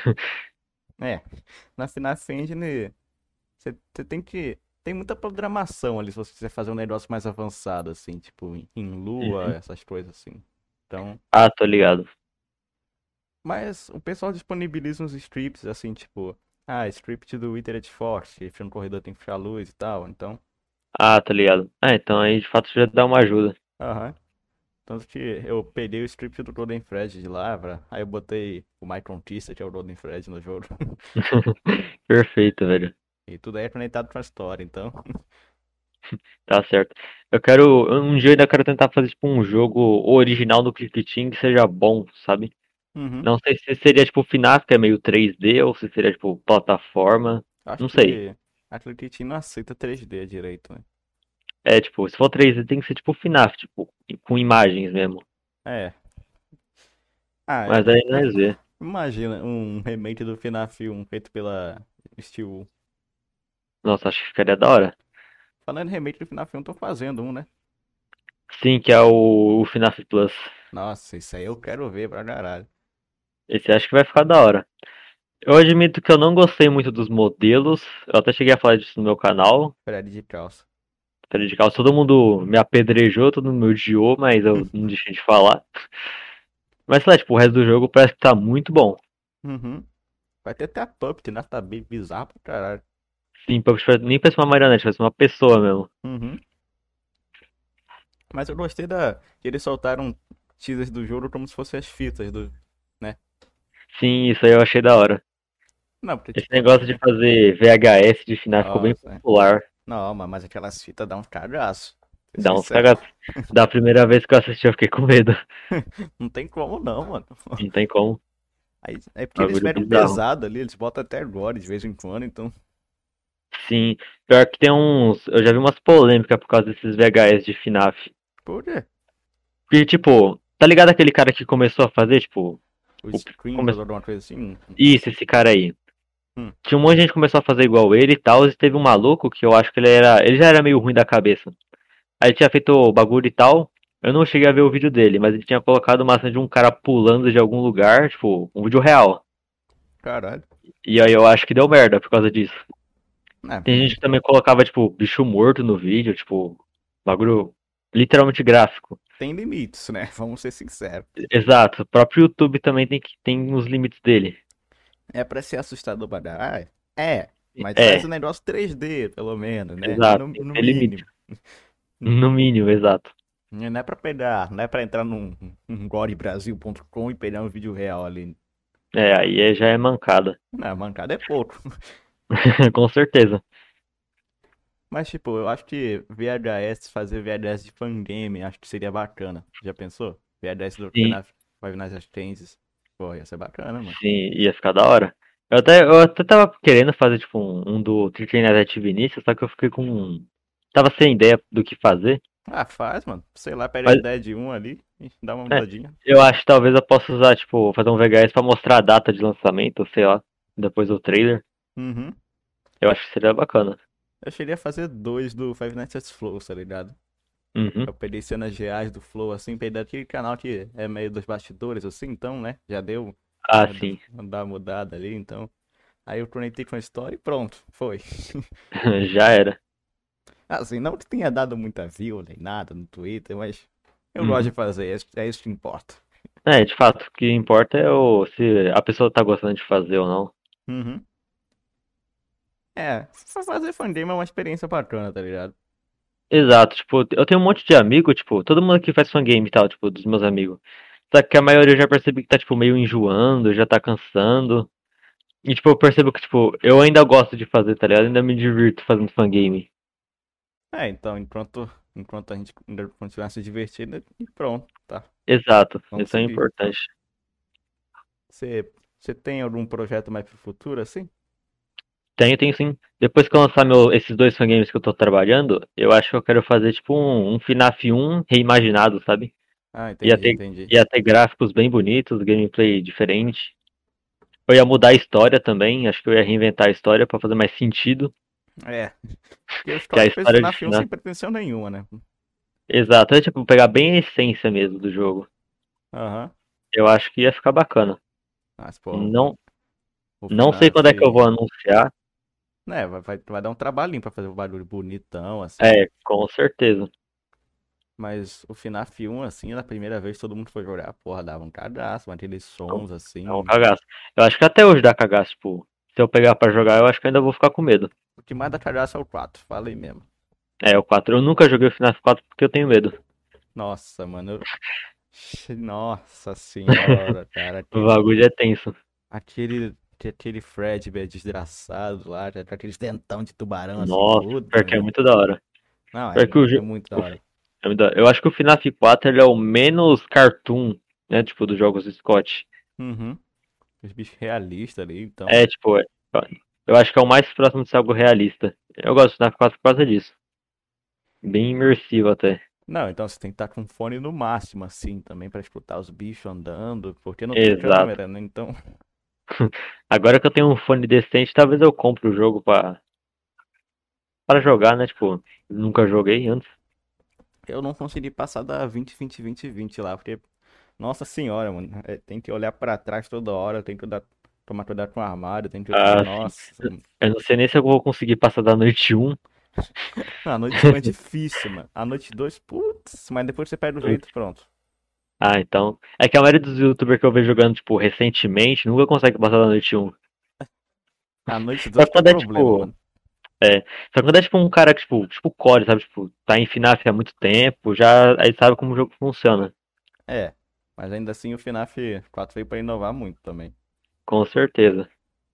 é, na FNAF Engine, você você tem que. Tem muita programação ali se você quiser fazer um negócio mais avançado, assim, tipo, em, em Lua,
Uhum.
essas coisas assim. Então.
Ah, tô ligado.
Mas o pessoal disponibiliza uns scripts, assim, tipo. Ah, script do Withered Force, que no corredor tem que fechar a luz e tal, então.
Ah, tá ligado. Ah, então aí de fato já dá uma ajuda.
Aham. Tanto que eu peguei o script do Golden Fred de lá, pra- aí eu botei o Mike Contista, que é o Golden Fred no jogo.
Perfeito, velho.
E tudo aí é conectado pra história, então.
Tá certo. Eu quero. Um dia eu ainda quero tentar fazer tipo um jogo original do Click Team que seja bom, sabe?
Uhum.
Não sei se seria tipo FNAF, que é meio três D, ou se seria tipo plataforma.
Acho
Não sei.
que a Clickteam não aceita três D direito, né?
É tipo, se for três D tem que ser tipo FNAF, tipo, com imagens mesmo.
É. Ah,
Mas
é.
aí não é Z.
Imagina um remake do FNAF um feito pela Steel.
Nossa, acho que ficaria da hora.
Falando em remake do FNAF um, tô fazendo um, né?
Sim, que é o, o FNAF Plus.
Nossa, isso aí eu quero ver pra caralho.
Esse acho que vai ficar da hora. Eu admito que eu não gostei muito dos modelos. Eu até cheguei a falar disso no meu canal.
Fred de calça.
Tá de calça, todo mundo me apedrejou, todo mundo me odiou, mas eu não deixei de falar. Mas sei lá, tipo, o resto do jogo parece que tá muito bom.
Uhum. Vai ter até a Puppet, né? Tá bem bizarro pra caralho.
Sim, pra- nem parece uma marionete, parece uma pessoa mesmo.
Uhum. Mas eu gostei da. Que eles soltaram teasers do jogo como se fossem as fitas do. Né?
Sim, isso aí eu achei da hora.
Não, porque
Esse
tipo.
negócio de fazer V H S de final ficou bem
Nossa, é.
popular.
Não, mas mas aquelas fitas dão um cagaço. Ser
Dá uns
sincero.
cagados. Da primeira vez que eu assisti, eu fiquei com medo.
Não tem como não, mano.
Não tem como.
Aí, é porque eles
Bagulho
pegam
bizarro.
pesado ali, eles botam até agora de vez em quando, então.
Sim, pior que tem uns. Eu já vi umas polêmicas por causa desses V H S de FNAF.
Por quê?
Porque, tipo, tá ligado aquele cara que começou a fazer, tipo.
O
O,
Sprinkles
come...
ou alguma coisa assim?
Isso, esse cara aí.
Hum,
Tinha um monte de gente que começou a fazer igual ele e tal, e teve um maluco que eu acho que ele era. Ele já era meio ruim da cabeça. Aí ele tinha feito o bagulho e tal. Eu não cheguei a ver o vídeo dele, mas ele tinha colocado uma cena de um cara pulando de algum lugar, tipo, um vídeo real.
caralho.
E aí eu acho que deu merda por causa disso.
É,
Tem gente que também colocava, tipo, bicho morto no vídeo, tipo, bagulho literalmente gráfico.
tem limites, né? Vamos ser sinceros.
Exato. O próprio YouTube também tem que tem os limites dele.
É pra ser assustador pra caralho? É, mas faz o
É,
negócio três D, pelo menos, né?
exato.
No,
Tem que
no
ter limite.
mínimo.
No mínimo, exato.
Não é pra pegar, não é pra entrar num, num gorebrasil ponto com e pegar um vídeo real ali.
É, aí é- já é mancada.
Não, mancada é pouco.
Com certeza.
Mas, tipo, eu acho que V H S, fazer V H S de fangame, acho que seria bacana. Já pensou? V H S do
Sim,
FNAF Five Nights at Freddy's. Pô, ia ser bacana, mano.
sim, ia ficar da hora. Eu até, eu até tava querendo fazer, tipo, um, um do Trick Night Vinicius, só que eu fiquei com. Tava sem ideia do que fazer.
Ah, faz, mano. Sei lá, pega a
Mas,
ideia de um ali e dá uma
é,
mudadinha.
eu acho que talvez eu possa usar, tipo, fazer um V H S pra mostrar a data de lançamento, sei lá, depois do trailer.
Uhum.
Eu acho que seria bacana.
Eu cheguei a fazer dois do Five Nights at Flow, tá ligado?
Uhum.
Eu peguei cenas reais do Flow, assim, peguei daquele canal que é meio dos bastidores, assim, então, né? Já deu
Ah,
uma,
sim.
dar uma mudada ali, então. Aí eu conectei com a história e pronto, foi.
Já era.
Assim, não que tenha dado muita view nem nada no Twitter, mas eu gosto de
Uhum.
fazer, é, isso- é isso que importa.
É, de fato, o que importa é o, se a pessoa tá gostando de fazer ou não.
Uhum. É, fa- fazer fangame é uma experiência bacana, tá ligado?
Exato, tipo, eu tenho um monte de amigo, tipo, todo mundo que faz fangame e tal, tipo, dos meus amigos. Só que a maioria eu já percebi que tá, tipo, meio enjoando, já tá cansando. E, tipo, eu percebo que, tipo, eu ainda gosto de fazer, tá ligado? Eu ainda me divirto fazendo fangame.
É, então, enquanto, enquanto a gente ainda continuar se divertindo, e pronto, tá?
Exato,
Vamos
isso é
seguir.
importante.
Você, você tem algum projeto mais pro futuro, assim?
Tenho, tenho sim. Depois que eu lançar meu, esses dois fangames que eu tô trabalhando, eu acho que eu quero fazer, tipo, um, um FNAF um reimaginado, sabe?
Ah,
Ia
entendi,
ter,
entendi.
ia ter gráficos bem bonitos, gameplay diferente. Eu ia mudar a história também, acho que eu ia reinventar a história pra fazer mais sentido.
É, porque os
Que a
caras fez o
história de
FNAF um
FNAF.
sem pretensão nenhuma, né?
Exato, é tipo pegar bem a essência mesmo do jogo.
Aham.
Eu acho que ia ficar bacana.
Mas, pô,
Não,
o
não sei
FNAF.
quando é que eu vou anunciar.
Né, vai, vai, vai dar um trabalhinho pra fazer o barulho bonitão, assim.
É, com certeza.
Mas o FNAF um, assim, na primeira vez todo mundo foi jogar, porra, dava um cagaço, mas aqueles
Então,
sons
é um
assim.
cagaço. Eu acho que até hoje dá cagaço, tipo. Se eu pegar pra jogar, eu acho que eu ainda vou ficar com medo.
O que mais dá cagaço é o quatro, falei mesmo.
É, o quatro. Eu nunca joguei o F NAF quatro porque eu tenho medo.
Nossa, mano. eu- Nossa senhora, cara.
O
Aquele,
bagulho é tenso.
aquele, aquele Fredbear desgraçado lá, com aqueles dentão de tubarão assim,
Nossa,
puta
pior que é
vida.
muito da hora.
Não, é,
Pior que o,
é
jo-
muito da
o-
hora.
é muito da hora. Eu acho que o F NAF quatro ele é o menos cartoon, né? Tipo, dos jogos do Scott.
Uhum. Os bichos realistas ali, então.
É, tipo, é- eu acho que é o mais próximo de ser algo realista. Eu gosto do F NAF quatro por causa disso. Bem imersivo até.
Não, então você tem que estar com fone no máximo, assim, também pra escutar os bichos andando, porque não tem
Exato.
câmera, né? Então,
Agora que eu tenho um fone decente, talvez eu compre o jogo pra, para jogar, né? Tipo, nunca joguei antes.
eu não consegui passar da vinte, vinte, vinte, vinte lá, porque, nossa senhora, mano, é, tem que olhar pra trás toda hora, tem que dar, tomar cuidado com o armário, tem que.
Ah, sim.
Nossa,
Eu não sei nem se eu vou conseguir passar da noite um.
a noite um é difícil, mano. A noite dois, putz, mas depois você perde o jeito, pronto.
Ah, então. É que a maioria dos youtubers que eu vejo jogando, tipo, recentemente, nunca consegue passar da noite um.
A noite
Só
dois
que
que é o
quando é
problema,
tipo.
mano.
É. Só que quando é tipo um cara que, tipo, tipo Core, sabe? Tipo, tá em FNAF há muito tempo, já aí sabe como o jogo funciona.
É, mas ainda assim o FNAF quatro veio pra inovar muito também.
Com certeza.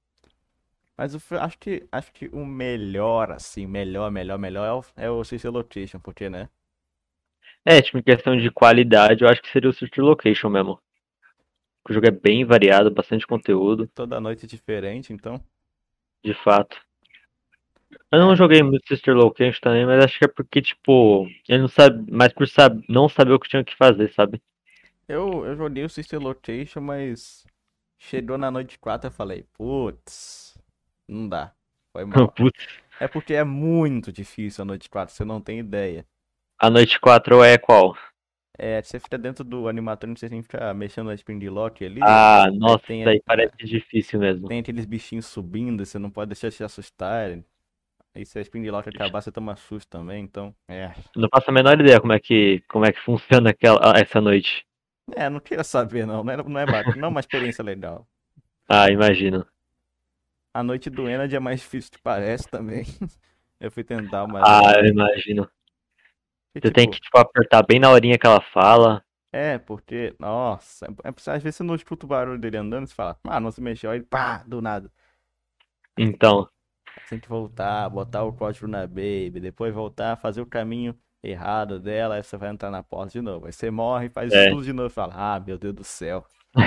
Mas eu f- acho que, acho que o melhor, assim, melhor, melhor, melhor é o, é o System Location, porque, né?
É, tipo, em questão de qualidade, eu acho que seria o City Location mesmo. O jogo é bem variado, bastante conteúdo,
Toda noite é diferente, então.
de fato. Eu não
É,
joguei muito Sister Location também, mas acho que é porque, tipo, ele não sabe, mais por sab não saber o que tinha que fazer, sabe?
eu, eu joguei o System Location, mas chegou na noite quatro eu falei, putz, não dá, foi mal.
Putz,
É porque é muito difícil a noite quatro você não tem ideia.
a noite quatro é qual?
É, você fica dentro do animatrônico, você tem que ficar mexendo na spring lock ali,
Ah,
aí
nossa,
tem,
isso
a-
aí parece difícil mesmo.
tem aqueles bichinhos subindo, você não pode deixar de se assustar. Aí se a spring lock acabar, você toma susto também, então, é.
Não faço a menor ideia como é que, como é que funciona aquela, essa noite.
É, não queira saber não, não é, não é bacana, não é uma experiência legal.
Ah, imagino.
A noite do Enad é mais difícil que parece também. Eu fui tentar uma
Ah,
vez.
eu imagino.
E
Você tem
tipo,
que, tipo, apertar bem na horinha que ela fala.
é, porque, nossa, é, é- às vezes você não escuta o barulho dele andando, você fala, ah, não se mexeu, aí pá, do nada. Aí tem,
Então,
aí você tem que voltar, botar o código na baby, depois voltar, fazer o caminho errado dela, aí você vai entrar na porta de novo. Aí você morre, faz isso
é.
tudo de novo e fala, ah, meu Deus do céu.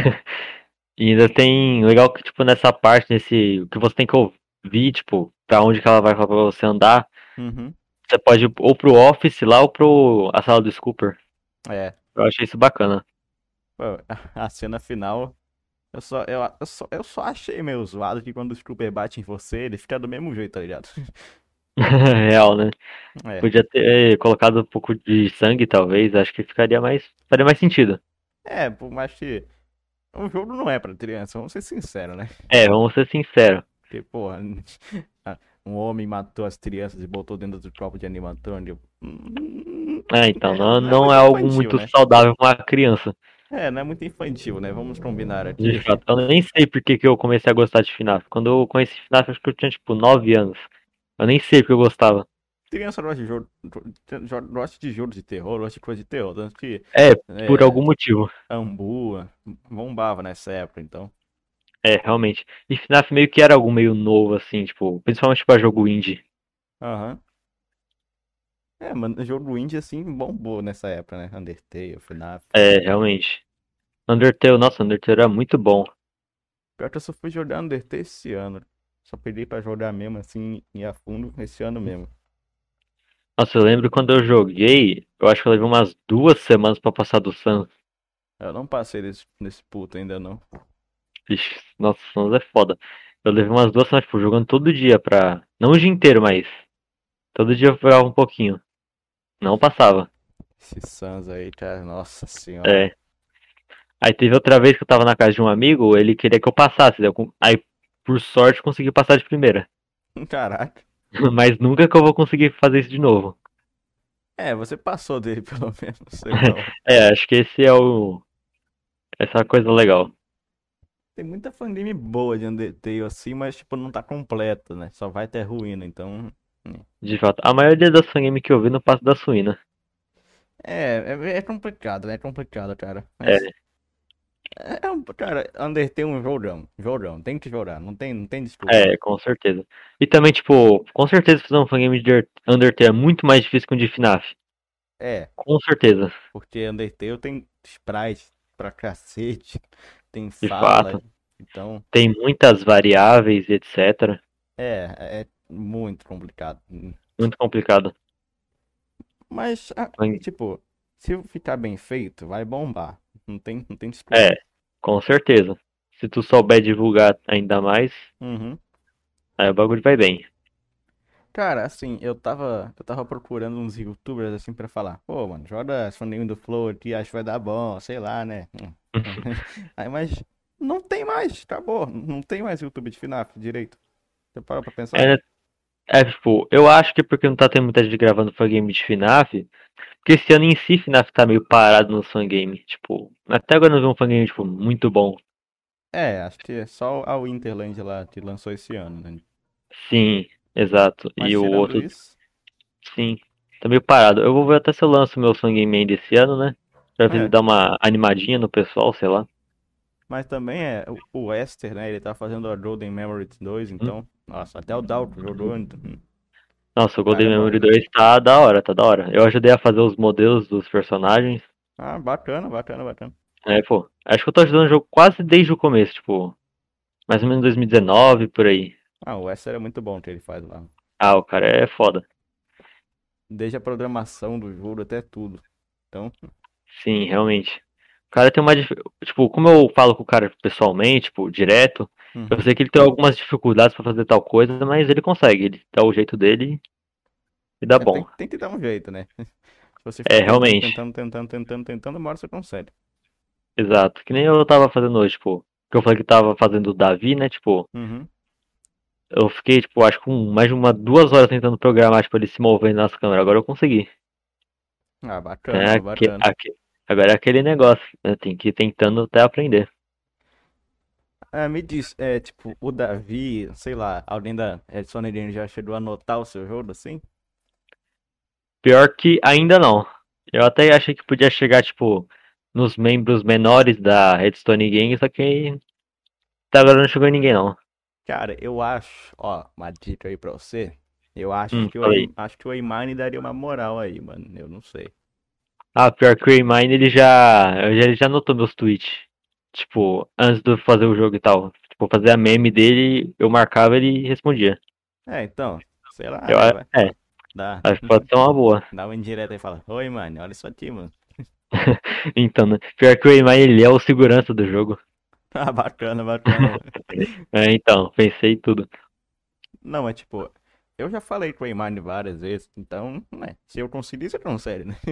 E ainda tem. Legal que, tipo, nessa parte, nesse. O que você tem que ouvir, tipo, pra onde que ela vai falar pra você andar.
Uhum,
Você pode ir ou pro office lá ou pro a sala do Scooper.
é.
Eu achei isso bacana.
Pô, a cena final, eu só, eu, eu só, eu só achei meio zoado que quando o Scooper bate em você, ele fica do mesmo jeito, tá ligado?
Real, né?
É.
Podia ter colocado um pouco de sangue, talvez. Acho que ficaria mais. Faria mais sentido.
É, por mais que o jogo não é pra criança, vamos ser sinceros, né?
É, vamos ser sinceros.
Porque, porra, um homem matou as crianças e botou dentro do copo de animatrônico. Hum,
É,
Acho que
então,
é,
não,
não é
não é
muito
algo
infantil,
muito
né?
saudável pra uma criança.
É, não é muito infantil, né? Vamos combinar
De
aqui.
fato. Eu nem sei por que que eu comecei a gostar de FNAF. Quando eu conheci FNAF, acho que eu tinha, tipo, nove anos. Eu nem sei porque eu gostava.
Criança gosta de jogo, jo- gosta de jogo de terror, gosta de coisa de terror. Tanto que
É, por
é,
algum motivo.
Ambu bombava nessa época, então.
É, realmente. E FNAF meio que era algo meio novo, assim, tipo, principalmente pra jogo indie.
Aham. É, mano, jogo indie assim bombou nessa época, né? Undertale, FNAF.
É, realmente. Undertale, nossa, Undertale era muito bom.
Pior que eu só fui jogar Undertale esse ano. Só peguei pra jogar mesmo assim, ir a fundo esse ano mesmo.
Nossa, eu lembro quando eu joguei, eu acho que eu levei umas duas semanas pra passar do Sans.
Eu não passei desse, desse puto ainda não.
Vixe, nossa, Sans é foda. Eu levei umas duas semanas, tipo, jogando todo dia pra. Não o dia inteiro, mas. Todo dia eu jogava um pouquinho. Não passava.
Esse Sans aí, cara, nossa senhora.
É. Aí teve outra vez que eu tava na casa de um amigo, ele queria que eu passasse. eu con- Aí, por sorte, consegui passar de primeira.
Caraca.
Mas nunca que eu vou conseguir fazer isso de novo.
É, você passou dele pelo menos, eu não.
É, acho que esse é o. Essa é a coisa legal.
Tem muita fangame boa de Undertale assim, mas tipo, não tá completa, né? Só vai ter ruína, então.
De fato, a maioria das fangames que eu vi não passa da suína.
É, é, é complicado, né? É complicado, cara. Mas.
É,
É é um. Cara, Undertale é um jogão. Jogão. Tem que jogar. Não tem, não tem desculpa,
é,
não.
com certeza. E também, tipo, com certeza fazer um fangame de Undertale é muito mais difícil que um de FNAF.
É,
Com certeza,
porque Undertale tem sprite pra cacete, tem
de
fala,
fato.
então
Tem muitas variáveis e etcétera.
é, é muito complicado.
Muito complicado.
Mas, ah,
Fang-
tipo, se ficar bem feito, vai bombar. Não tem, não tem
É,
desculpa.
com certeza. Se tu souber divulgar ainda mais,
Uhum.
aí o bagulho vai bem.
Cara, assim, eu tava, eu tava procurando uns youtubers assim pra falar, pô, mano, joga as Fandinho do Flow aqui, acho que vai dar bom, sei lá, né? Hum. Aí, mas não tem mais, acabou, não tem mais YouTube de FNAF direito. Você parou pra pensar?
É, é, tipo, eu acho que porque não tá tendo muita gente gravando fangame de FNAF, porque esse ano em si FNAF tá meio parado no fangame. Tipo, até agora eu não vi um fangame, tipo, muito bom.
É, acho que é só a Winterland lá que lançou esse ano, né?
Sim, exato.
Mas
E o
tirando
outro,
isso,
sim, tá meio parado. Eu vou ver até se eu lanço meu fangame ainda esse ano, né? Pra ver se
é.
dá uma animadinha no pessoal, sei lá.
Mas também é o o Wester, né? Ele tá fazendo a Golden Memory dois,
Hum?
então, nossa, até o Dalton jogou, então,
Nossa, o
o cara
Golden
é bom.
Memory dois tá da hora, tá da hora. Eu ajudei a fazer os modelos dos personagens.
Ah, bacana, bacana, bacana.
É, pô, acho que eu tô ajudando o jogo quase desde o começo, tipo, mais ou menos dois mil e dezenove, por aí.
Ah, o Wester é muito bom o que ele faz lá.
Ah, o cara é foda.
Desde a programação do jogo até tudo. Então,
Sim, realmente. O cara tem uma. dif- Tipo, como eu falo com o cara pessoalmente, tipo, direto, eu
uhum.
sei que ele tem algumas dificuldades pra fazer tal coisa, mas ele consegue. Ele dá o jeito dele e dá
É, tem,
bom.
tem que dar um jeito, né? Se você
É,
ficar tentando,
realmente.
tentando, tentando, tentando, tentando, uma hora você consegue.
Exato. Que nem eu tava fazendo hoje, tipo. Que eu falei que tava fazendo o Davi, né? Tipo,
Uhum.
eu fiquei, tipo, acho que um- mais de uma, duas horas tentando programar, tipo, ele se movendo nas câmeras. Agora eu consegui.
Ah, bacana,
É,
pô,
aque-
bacana.
aque- agora é aquele negócio, né? Tem que ir tentando até aprender.
Ah, me diz, é tipo, o Davi, sei lá, alguém da Edson Energy já chegou a anotar o seu jogo assim?
Pior que ainda não. Eu até achei que podia chegar, tipo, nos membros menores da Redstone Games, só que até agora não chegou em ninguém, não.
Cara, eu acho, ó, uma dica aí pra você. Eu acho
Hum,
que o,
falei.
Aim- acho que o Aimane daria uma moral aí, mano. Eu não sei.
Ah, pior que o Raymine, ele já, eu já, ele já anotou meus tweets. Tipo, antes de eu fazer o jogo e tal. Tipo, fazer a meme dele, eu marcava ele e respondia.
É, então, sei lá,
Eu,
né?
a-
Vai.
é,
Dá,
acho que pode ser uma boa.
dá uma indireta e fala, oi, mano, olha isso aqui, mano.
Então, né? Pior que o Raymine, ele é o segurança do jogo.
Ah, bacana, bacana, mano.
É, então, pensei em tudo.
Não, mas tipo, eu já falei com o Aimane várias vezes, então, né? Se eu conseguir, você consegue, né?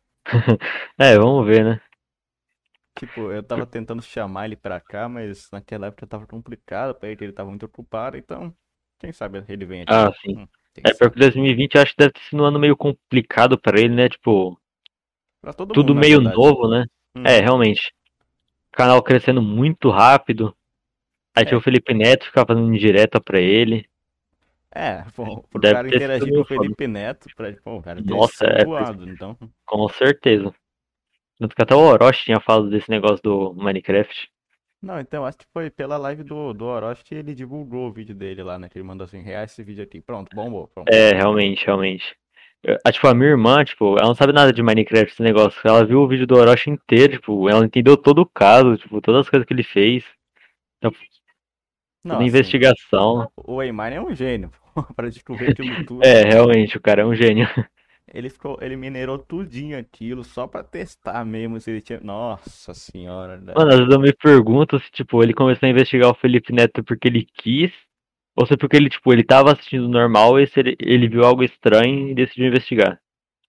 É, vamos ver, né?
Tipo, eu tava tentando chamar ele pra cá, mas naquela época tava complicado pra ele, ele tava muito ocupado, então, quem sabe ele vem aqui,
Ah,
né?
sim.
Hum, quem
É, pior
sabe?
que dois mil e vinte eu acho que deve ter sido um ano meio complicado pra ele, né? Tipo,
Pra todo mundo,
tudo
na
meio
verdade.
novo, né? É,
Uhum.
realmente. O canal crescendo muito rápido. Aí tinha o
É,
Felipe Neto, ficava fazendo indireta pra ele.
é, pô, pro
Deve
cara
ter sido
interagir com o
meio foda.
Felipe Neto, pra, pô, o cara
Nossa,
cresceu
é, foi-
voado, então.
com certeza. Tanto que até o Orochi tinha falado desse negócio do Minecraft.
Não, então, acho que foi pela live do, do Orochi que ele divulgou o vídeo dele lá, né? Que ele mandou assim, reais esse vídeo aqui. Pronto, bombou, pronto.
É, realmente, realmente. Eu- a, tipo, a minha irmã, tipo, ela não sabe nada de Minecraft, esse negócio. Ela viu o vídeo do Orochi inteiro, tipo, ela entendeu todo o caso, tipo, todas as coisas que ele fez. Então,
Não,
toda
assim,
investigação.
o Eimar é um gênio, pô, para descobrir aquilo tudo.
É, realmente, o cara é um gênio.
Ele ficou, ele minerou tudinho aquilo só pra testar mesmo se ele tinha. Nossa senhora,
Mano, às
né?
vezes eu me pergunto se, tipo, ele começou a investigar o Felipe Neto porque ele quis, ou se é porque ele, tipo, ele tava assistindo normal e se ele, ele viu algo estranho e decidiu investigar.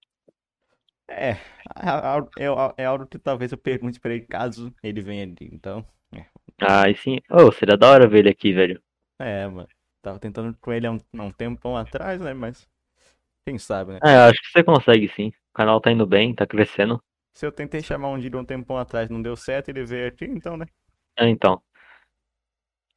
É, a- a- é, é algo que talvez eu pergunte pra ele caso ele venha ali. Então,
Ah, e sim. Oh, seria da hora ver ele aqui, velho.
é, é, mano. Tava tentando com ele há um, há um tempão atrás, né? Mas quem sabe, né?
É, eu acho que você consegue sim. O canal tá indo bem, tá crescendo.
Se eu tentei chamar um dia um tempão atrás, não deu certo, ele veio aqui, então, né?
É, então.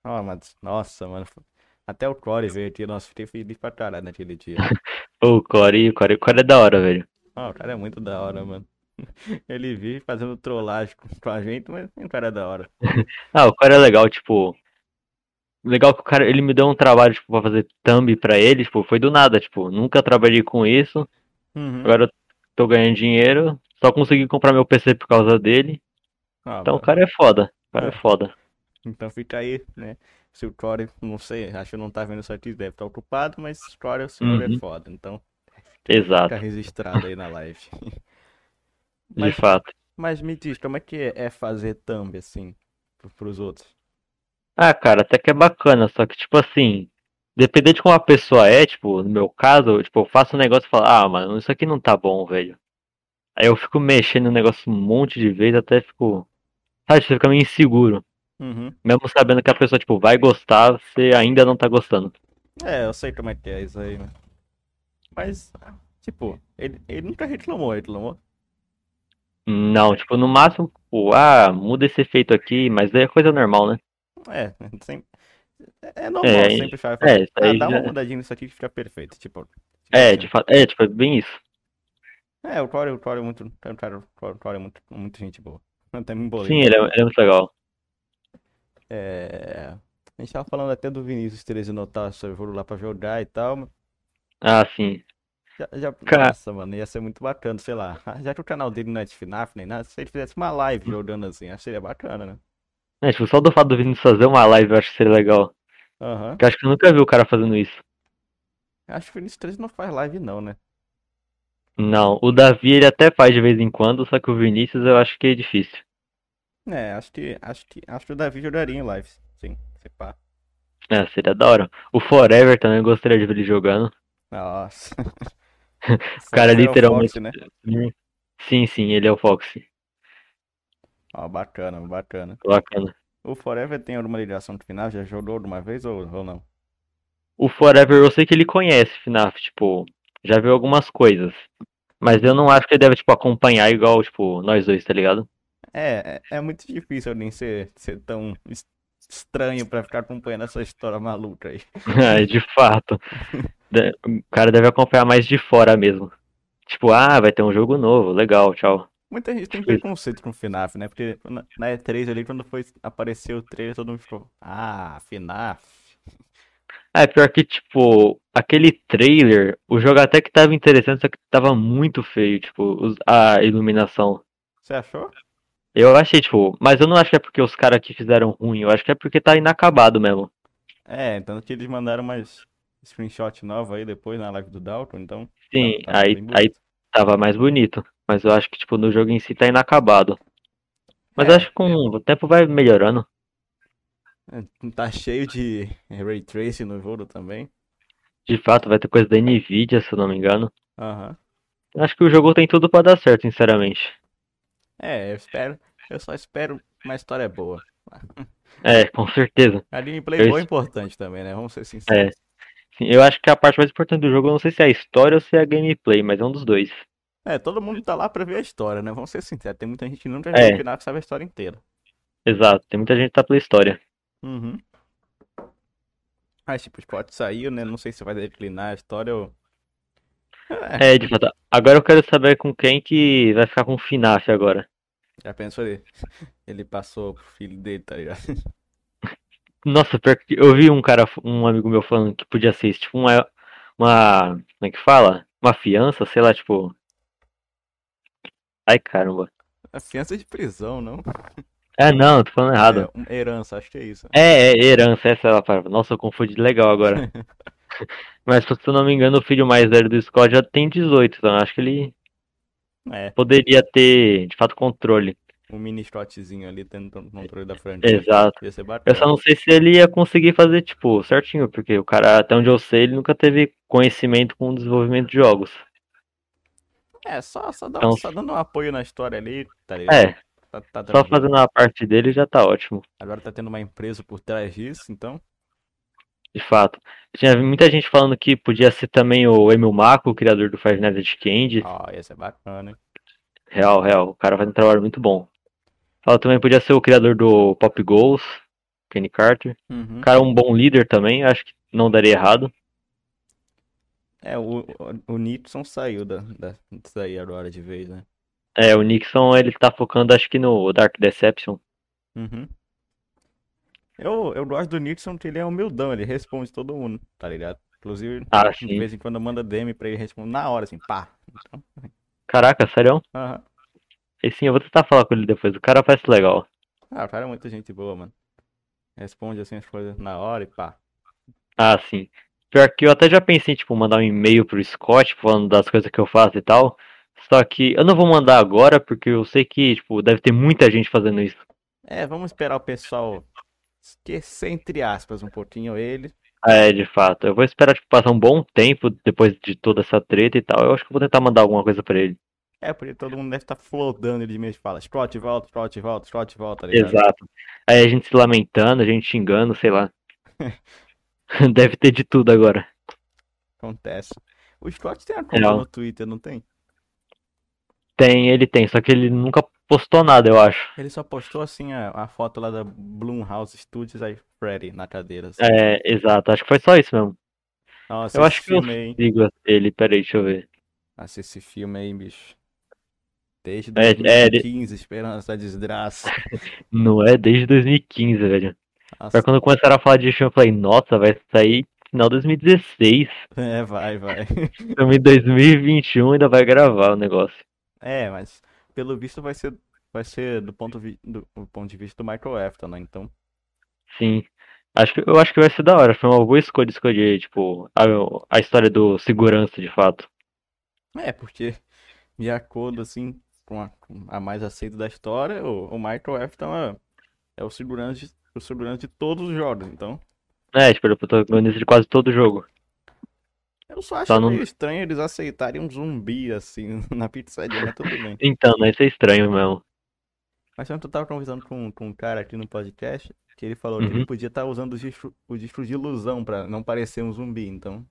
Ó, mas, nossa, mano. Até o Core veio aqui, nossa, fiquei feliz pra caralho naquele dia.
O Core, o Core, o Core é da hora, velho.
Ó, o cara é muito da hora, mano. Ele vive fazendo trollagem com com a gente, mas o cara é da hora.
Ah, o Core é legal, tipo. Legal que o cara, ele me deu um trabalho, tipo, pra fazer thumb pra ele, tipo, foi do nada, tipo, nunca trabalhei com isso.
Uhum.
Agora eu tô ganhando dinheiro, só consegui comprar meu P C por causa dele.
Ah,
Então o
mano.
cara é foda, o cara é
É,
foda.
então fica aí, né? Se o Core, não sei, acho que não tá vendo isso aqui, deve estar ocupado, mas o Core, o senhor é
Uhum,
foda. Então, fica
exato,
registrado aí na live.
de
Mas,
fato.
mas me diz, como é que é é fazer thumb assim pro- pros outros?
Ah, cara, até que é bacana, só que, tipo assim, dependendo de como a pessoa é, tipo, no meu caso, tipo, eu faço um negócio e falo, ah, mano, isso aqui não tá bom, velho. Aí eu fico mexendo no negócio um monte de vezes, até fico, sabe, você fica meio inseguro.
Uhum.
Mesmo sabendo que a pessoa, tipo, vai gostar, você ainda não tá gostando.
É, eu sei como é que é isso aí, mano. Mas, tipo, ele, ele nunca reclamou, reclamou?
Não, tipo, no máximo, tipo, ah, muda esse efeito aqui, mas daí é coisa normal, né?
É, sempre, é normal
É,
sempre falar,
é, isso
ah,
aí
dá uma
já.
mudadinha nisso aqui que fica perfeito. Tipo, tipo
É, de
assim.
fato, é, tipo, é bem isso.
É, o Core, o Core é muito, o Core, o Core o Core é muito, muito gente boa. Eu até me embolei
Sim,
no
ele é,
nome.
ele é muito legal.
É, a gente tava falando até do Vinícius treze notar servidor lá pra jogar e tal.
Ah, sim.
Já, já-
Cara,
nossa, mano, ia ser muito bacana, sei lá. Já que o canal dele não é de FNAF nem nada, se ele fizesse uma live jogando assim, acho que seria bacana, né?
é, tipo, só do fato do Vinícius fazer uma live eu acho que seria legal.
Aham.
Porque eu acho que eu nunca vi o cara fazendo isso.
Acho que o Vinícius treze não faz live não, né?
Não, o Davi ele até faz de vez em quando, só que o Vinícius eu acho que é difícil.
É, acho que, acho que, acho que o Davi jogaria em lives. Sim, se pá.
É, seria da hora. O Forever também eu gostaria de ver ele jogando.
Nossa. O
O cara
Forever é o Fox,
literalmente.
né?
Sim, sim, ele é o Foxy.
Ó, bacana, bacana.
Bacana.
O Forever tem alguma ligação com o final? Já jogou alguma vez ou, ou não?
O Forever eu sei que ele conhece FNAF, tipo, já viu algumas coisas. Mas eu
Uhum.
não acho que ele deve, tipo, acompanhar igual, tipo, nós dois, tá ligado?
É, é, é muito difícil alguém ser, ser tão es- estranho pra ficar acompanhando essa história maluca aí.
É, de fato. De- O cara deve acompanhar mais de fora mesmo. Tipo, ah, vai ter um jogo novo, legal, tchau.
Muita gente tem
Tipo isso.
preconceito com o FNAF, né? Porque na, na E três ali, quando foi aparecer o trailer, todo mundo ficou, ah, FNAF.
É, pior que, tipo, aquele trailer, o jogo até que tava interessante, só que tava muito feio, tipo, os- a iluminação.
Você achou?
Eu achei, tipo, mas eu não acho que é porque os caras que fizeram ruim, eu acho que é porque tá inacabado mesmo.
É, tanto que eles mandaram mais screenshot nova aí depois na live do Dalton, então tá,
Sim,
tá
aí,
bem
aí
bonito.
tava mais bonito. Mas eu acho que, tipo, no jogo em si tá inacabado. Mas eu acho
É,
que com o tempo vai melhorando.
é, tá cheio de Ray Tracing no jogo também.
De fato, vai ter coisa da Nvidia, se eu não me engano.
Aham.
Eu acho que o jogo tem tudo pra dar certo, sinceramente.
É, eu espero. Eu só espero uma história boa.
É, com certeza.
A gameplay
Eu,
boa é
es-
importante também, né? Vamos ser
é,
sinceros.
sim, eu acho que a parte mais importante do jogo, eu não sei se é a história ou se é a gameplay, mas é um dos dois.
É, todo mundo tá lá pra ver a história, né? Vamos ser sinceros. Tem muita gente que nunca jogou o
É,
final que sabe a história inteira.
exato. Tem muita gente que tá pela história.
Uhum. Mas, tipo, o Spot saiu, né? Não sei se vai declinar a história ou. É,
É, de fato. Agora eu quero saber com quem que vai ficar com o FNAF agora.
já pensou ele? Ele passou pro filho dele, tá ligado?
Nossa, pior que eu vi um cara, um amigo meu falando que podia ser isso, tipo uma, uma, como é que fala? Uma fiança, sei lá, tipo, ai caramba.
A fiança de prisão, não?
É, não, tô falando
É,
errado.
um- herança, acho que é isso.
É, é herança, essa é a palavra. Nossa, eu confundi legal agora. Mas se eu não me engano, o filho mais velho do Scott já tem dezoito, então acho que ele
É,
poderia ter, de fato, controle.
um mini shotzinho ali tendo con- controle da franquia.
Exato.
Ia ser
Eu só
bacana.
não sei se ele ia conseguir fazer, tipo, certinho, porque o cara, até onde eu sei, ele nunca teve conhecimento com o desenvolvimento de jogos.
É, só, só, dá,
Então,
só dando um apoio na história ali, tá ligado?
é,
Tá, tá
só
tranquilo.
fazendo a parte dele já tá ótimo,
Agora tá tendo uma empresa por trás disso, então.
de fato. Tinha muita gente falando que podia ser também o Emil Mako, o criador do Five Nights at Candy.
Ó, ia ser bacana, hein?
Real, real, o cara faz um trabalho muito bom. Fala também podia ser o criador do Pop Goals. Kenny Carter. O
Uhum.
cara é um bom líder também, acho que não daria errado.
É, o, o, o Nixon saiu da, da, disso aí agora de vez, né?
É, o Nixon, ele tá focando, acho que no Dark Deception.
Uhum. Eu, eu gosto do Nixon porque ele é humildão, ele responde todo mundo, tá ligado? Inclusive,
Ah,
de
sim.
vez em quando manda D M pra ele responder na hora, assim, pá. Então,
Caraca, sério?
aham.
E sim, eu vou tentar falar com ele depois. O cara parece legal.
Ah, o cara é muita gente boa, mano. Responde assim as coisas na hora e pá.
Ah, sim. Pior que eu até já pensei, tipo, mandar um e-mail pro Scott falando das coisas que eu faço e tal. Só que eu não vou mandar agora porque eu sei que, tipo, deve ter muita gente fazendo isso.
É, vamos esperar o pessoal esquecer, entre aspas, um pouquinho ele.
É, de fato. Eu vou esperar, tipo, passar um bom tempo depois de toda essa treta e tal. Eu acho que eu vou tentar mandar alguma coisa pra ele.
É, porque todo mundo deve estar flodando ele de mês e fala, Scott, volta, Scott, volta, Scott, volta, tá ligado?
Exato. Aí a gente se lamentando, a gente xingando, sei lá. Deve ter de tudo agora.
Acontece. O Scott tem a conta
Real.
no Twitter, não tem?
Tem, ele tem, só que ele nunca postou nada, eu acho.
Ele só postou assim a, a foto lá da Blumhouse Studios, aí Freddy na cadeira, assim.
É, exato. Acho que foi só isso mesmo.
Nossa,
Eu
esse
acho que eu
filme aí,
sigo ele. Peraí, deixa eu ver.
nossa, esse filme aí, bicho. Desde
É, é, ele-
dois mil e quinze, esperando essa desgraça.
não é desde dois mil e quinze, velho. Pra
Nossa,
quando começaram a falar de filme, eu falei, nossa, vai sair final de dois mil e dezesseis.
é, vai, vai.
Estamos em dois mil e vinte e um, ainda vai gravar o negócio.
É, mas pelo visto vai ser, vai ser do ponto, vi- do, do ponto de vista do Michael Afton, né? Então,
Sim. Acho que, eu acho que vai ser da hora. Foi uma boa escolha escolher, tipo, a, a história do segurança, de fato.
é, porque de acordo, assim, com a, com a mais aceita da história, o, o Michael Afton é, é o segurança de, o segurança de todos os jogos. Então,
É, tipo, ele é o protagonista de quase todo jogo.
eu só
Só
acho
não.
meio estranho eles aceitarem um zumbi, assim, na pizzaria, mas tudo bem.
Então, né? Isso é estranho mesmo.
Mas ontem eu tava conversando com, com um cara aqui no podcast, que ele falou que ele
Uhum.
podia estar usando os discos, os discos de ilusão pra não parecer um zumbi, então...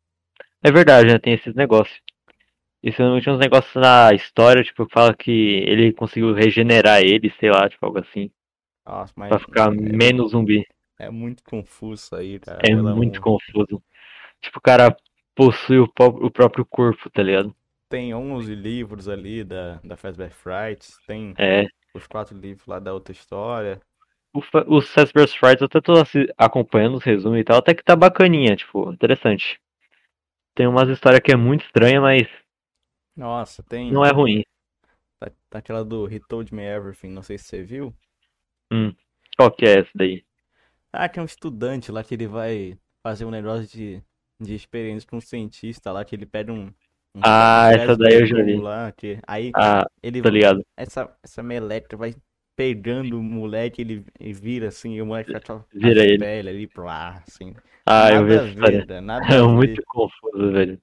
É verdade, né? Tem esses negócios. Isso não tinha uns negócios na história, tipo, que fala que ele conseguiu regenerar ele, sei lá, tipo, algo assim.
Nossa,
Pra
mas
ficar
é,
menos zumbi.
é muito confuso isso aí, cara,
É
pelo
muito
amor.
confuso. Tipo, o cara possui o, pró- o próprio corpo, tá ligado?
Tem onze livros ali da, da Fazbear Fright, tem
É.
os quatro livros lá da outra história.
O, fa- o Sasber's Frights eu até tô assi- acompanhando os resumos e tal, até que tá bacaninha, tipo, interessante. Tem umas histórias que é muito estranha, mas
Nossa,
não
tem
é ruim.
tá, tá aquela do He Told Me Everything, não sei se você viu.
Hum. Qual que é essa daí?
Ah, tem um estudante lá que ele vai fazer um negócio de, de experiência com um cientista lá, que ele pede um, um, fe- um
Ah, essa daí
Fazbear
eu já
Go
vi.
lá, que aí
Ah,
ele,
tô ligado.
essa, essa meleca vai pegando o moleque, ele, ele vira assim, e o moleque fica só
Vira
as
ele.
peles ali, plá, assim.
Ah, eu vi
Nada a
essa
ver,
história.
né? Nada
É
a
muito
ver.
confuso, velho.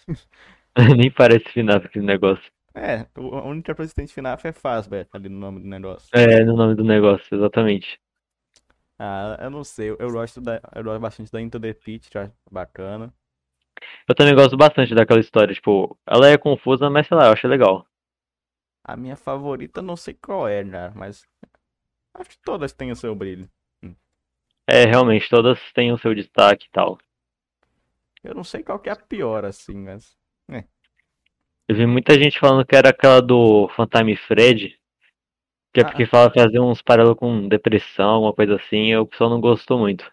Nem parece final aquele negócio.
É, o- a única coisa que tem de FNAF é Fazbear ali no nome do negócio.
É, no nome do negócio, exatamente.
Ah, eu não sei, eu, eu gosto da, eu gosto bastante da Into the Pit, que eu acho bacana.
Eu também gosto bastante daquela história, tipo, ela é confusa, mas sei lá, eu achei legal.
A minha favorita, não sei qual é, cara, mas acho que todas têm o seu brilho. Hum.
É, realmente, todas têm o seu destaque e tal.
Eu não sei qual que é a pior, assim, mas. É.
Eu vi muita gente falando que era aquela do Phantasm Fred, que é porque
Ah,
fala fazer uns paralelos com depressão, alguma coisa assim, e o pessoal não gostou muito.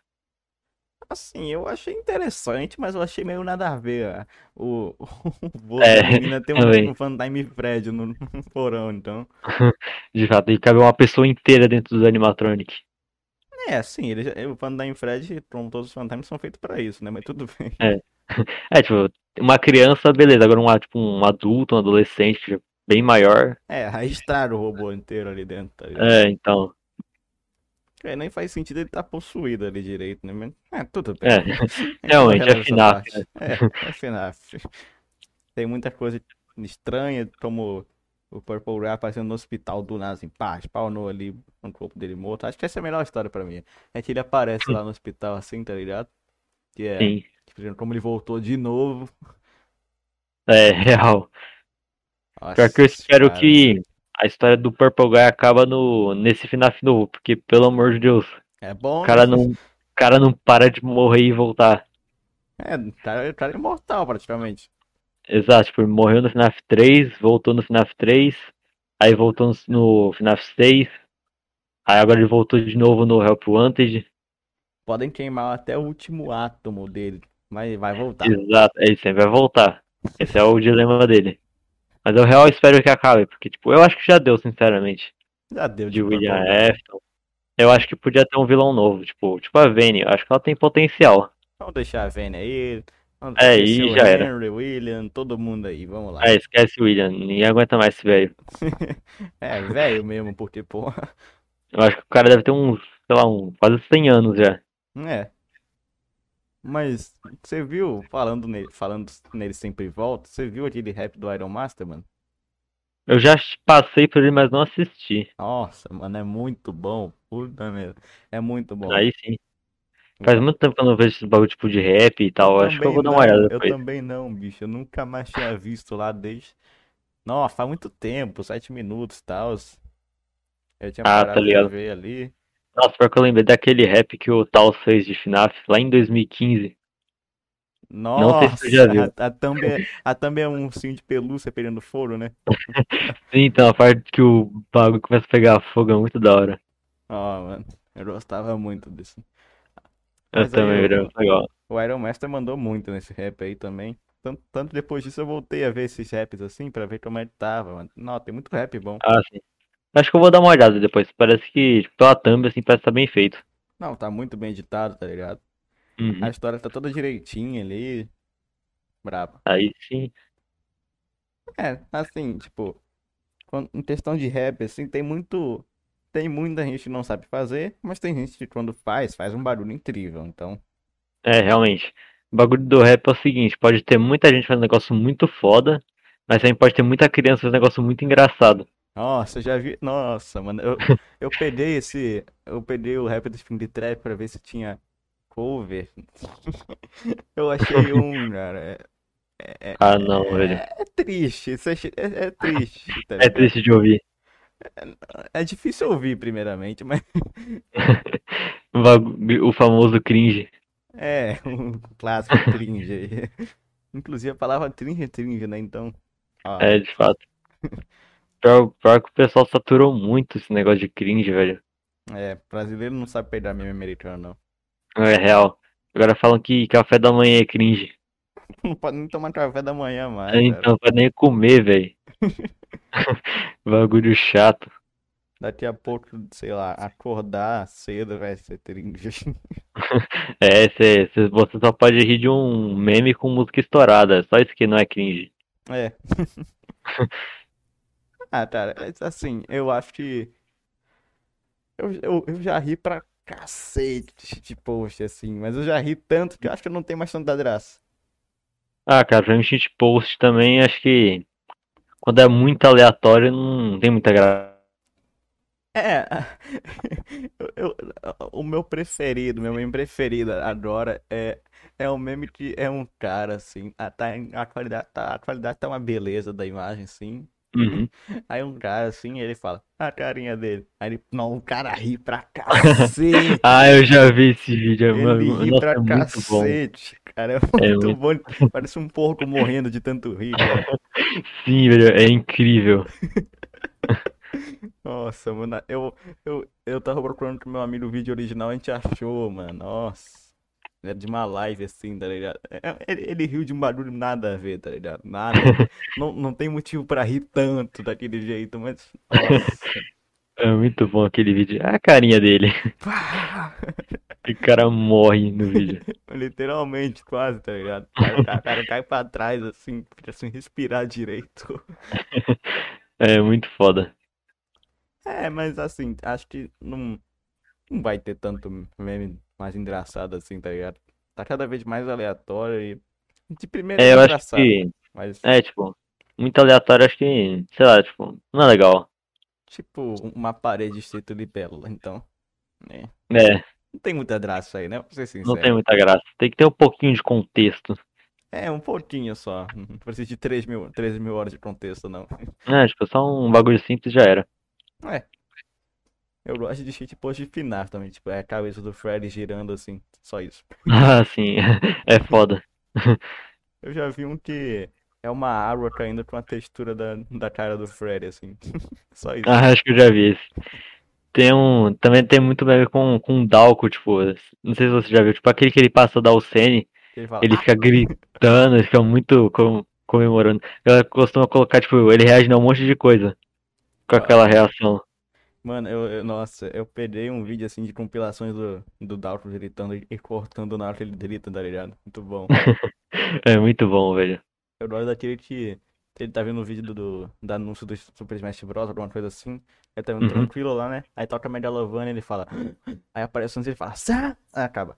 assim, eu achei interessante, mas eu achei meio nada a ver. ah, O, o vô
É,
da menina tem um,
também.
um Phantasm Fred no, no porão, então.
De fato, e cabe uma pessoa inteira dentro dos animatronic.
É, assim, ele, já- o Phantasm Fred, como todos os fantasmas, são feitos pra isso, né? Mas tudo bem.
É. É, tipo, uma criança, beleza, agora um, tipo, um adulto, um adolescente, tipo, bem maior.
É, aí estraga o robô inteiro ali dentro, tá ligado?
É, então.
É, nem faz sentido ele estar possuído ali direito, né? Mas, é, tudo bem.
É,
A gente não
realmente, é
releva essa
FNAF, né?
parte. É, é FNAF. Tem muita coisa estranha, como o Purple Ray aparecendo no hospital do nada, assim, pá, spawnou ali no corpo dele morto. Acho que essa é a melhor história pra mim. É que ele aparece lá no hospital assim, tá ligado? Que é,
Sim,
tipo, como ele voltou de novo.
é real. Pior que
Nossa
eu espero
cara.
que a história do Purple Guy acaba no, nesse FNAF novo, porque, pelo amor de Deus.
É
O
bom, né?
cara não, o cara não para de morrer e voltar.
É, o cara, o cara é imortal praticamente.
Exato, tipo, ele morreu no FNAF três, voltou no FNAF três, aí voltou no, no FNAF seis, aí agora ele voltou de novo no Help Wanted.
Podem queimar até o último átomo dele, mas vai voltar.
Exato, é isso aí, vai voltar. Esse é o dilema dele. Mas eu real espero que acabe, porque, tipo, eu acho que já deu, sinceramente,
Já deu de
de William
propaganda.
Afton. Eu acho que podia ter um vilão novo, tipo, tipo a Vayne, eu acho que ela tem potencial.
Vamos deixar a Vayne aí. Vamos
É,
esquecer
e
o
já era.
Henry, William, todo mundo aí. Vamos lá.
É, esquece o William, ninguém aguenta mais esse velho.
É, velho mesmo, porque, pô.
Eu acho que o cara deve ter uns, sei lá, um, quase cem anos já.
É. Mas você viu, falando nele, falando nele sempre volta, você viu aquele rap do Iron Master, mano?
Eu já passei por ele, mas não assisti.
Nossa, mano, é muito bom. Puta merda. É muito bom.
Aí sim. Faz
Va-
muito tempo que eu não vejo esses bagulho tipo de rap e
Eu
tal. Acho que eu
também
vou dar uma
não,
olhada
eu
depois.
também não, bicho. Eu nunca mais tinha visto lá desde. Nossa, faz muito tempo, sete minutos e tal. Eu tinha
Ah, tá
parado de
ligado.
ver ali.
Nossa, pior que eu lembrei daquele rap que o Tal fez de FNAF lá em dois mil e quinze. Não sei se tu já
Nossa,
viu.
a, a Thumb é, a Thumb é um ursinho de pelúcia pegando fogo, né?
Sim, então, a parte que o bagulho começa a pegar fogo é muito da hora.
Ó, mano, eu gostava muito disso.
Eu
Mas aí
também,
o,
virei muito legal.
o Iron Master mandou muito nesse rap aí também. Tanto, tanto depois disso eu voltei a ver esses raps assim pra ver como ele tava, mano. Não, tem muito rap bom.
Ah, sim. Acho que eu vou dar uma olhada depois. Parece que, tipo, pela thumb, assim, parece que tá bem feito.
Não, tá muito bem editado, tá ligado? A
Uhum.
história tá toda direitinha ali, brabo.
Aí sim.
É, assim, tipo, quan- em questão de rap, assim, tem muito. Tem muita gente que não sabe fazer, mas tem gente que quando faz, faz um barulho incrível. Então,
É, realmente. O bagulho do rap é o seguinte, pode ter muita gente fazendo negócio muito foda, mas também pode ter muita criança fazendo negócio muito engraçado.
nossa, eu já vi. Nossa, mano, eu, eu peguei esse. Eu peguei o rap do Spin de Trap pra ver se tinha cover. Eu achei um, cara. É,
Ah,
é,
não, velho.
é, é triste, isso é, chi- é- é triste, tá
É
ligado?
triste de ouvir.
É difícil ouvir, primeiramente, mas
O bagu- o famoso cringe.
é um clássico cringe aí. Inclusive a palavra cringe é cringe, né? Então, ó,
É, de fato. Pior, pior que o pessoal saturou muito esse negócio de cringe, velho.
é, brasileiro não sabe peidar meme americano, não.
Não é real. Agora falam que café da manhã é cringe.
Não pode nem tomar café da manhã
É,
mais, cara.
então, pra nem comer, velho. Bagulho chato.
Daqui a pouco, sei lá, acordar cedo vai ser cringe.
É, cê, cê- você só pode rir de um meme com música estourada. Só isso que não é cringe.
É. Ah, cara, é assim, eu acho que eu, eu, eu já ri pra cacete de post, assim, mas eu já ri tanto que eu acho que eu não tenho mais tanta graça.
Ah, cara, pra mim shit post também, acho que quando é muito aleatório não tem muita graça.
É, eu, eu- o meu preferido, meu meme preferido agora é, é um meme que é um cara, assim, a, tá, em- a qualidade tá, a qualidade tá uma beleza da imagem, assim.
Uhum.
Aí um cara, assim, ele fala, a carinha dele. Aí ele, não, o cara ri pra cacete,
Ah, eu
velho.
já vi esse vídeo. é
Ele
mu-
ri
Nossa,
pra
é muito bom.
cacete, cara, é
É
muito
muito...
bom. Parece um porco morrendo de tanto rir, cara.
Sim, velho, é incrível.
Nossa, mano, eu, eu, eu tava procurando com meu amigo o vídeo original, a gente achou, mano. Nossa. Era de uma live assim, tá ligado? É- é- Ele, ele riu de um barulho nada a ver, tá ligado? Nada. Não, não tem motivo pra rir tanto daquele jeito, mas. Nossa.
É muito bom aquele vídeo. Ah, a carinha dele.
Pá!
E o cara morre no vídeo.
Literalmente, quase, tá ligado? O cara, o cara, o cara cai pra trás, assim, fica sem respirar direito.
É muito foda.
É, mas assim, acho que não, não vai ter tanto meme mais engraçado assim, tá ligado? Tá cada vez mais aleatório e de primeira
É,
é
eu acho
engraçado,
que.
mas
É, tipo, muito aleatório, acho que. Sei lá, tipo, não é legal.
tipo uma parede escrito libélula, então, né?
É,
Não tem muita graça aí, né? Pra ser
não tem
sincero.
muita graça. Tem que ter um pouquinho de contexto.
É, um pouquinho só. Não precisa de três mil, três mil horas de contexto, não.
É, tipo, só um bagulho simples já era.
É, Eu gosto de shitpost de FNAF também, tipo, é a cabeça do Freddy girando assim, só isso.
Ah, sim, é foda.
Eu já vi um que é uma água caindo com a textura da, da cara do Freddy, assim. Só isso.
Ah, acho que eu já vi esse. Tem um. Também tem muito meme com, com o Dalco, tipo. Não sei se você já viu. Tipo, aquele que ele passa da Alcene,
Ele fala,
ele
ah!
fica gritando, ele fica muito com- comemorando. Ela costuma colocar, tipo, ele reage a um monte de coisa com aquela
Nossa.
reação.
Mano, eu, eu- nossa, eu peguei um vídeo assim de compilações do, do Dalton gritando e, e cortando na hora que ele grita, tá ligado? Muito bom.
É muito bom, velho.
Eu gosto daquele que ele tá vendo o vídeo do, do, do anúncio do Super Smash Bros, alguma coisa assim. Ele tá vendo
Uhum.
tranquilo lá, né? Aí toca Megalovania e ele fala. Aí aparece antes ele fala, Sá! Aí acaba.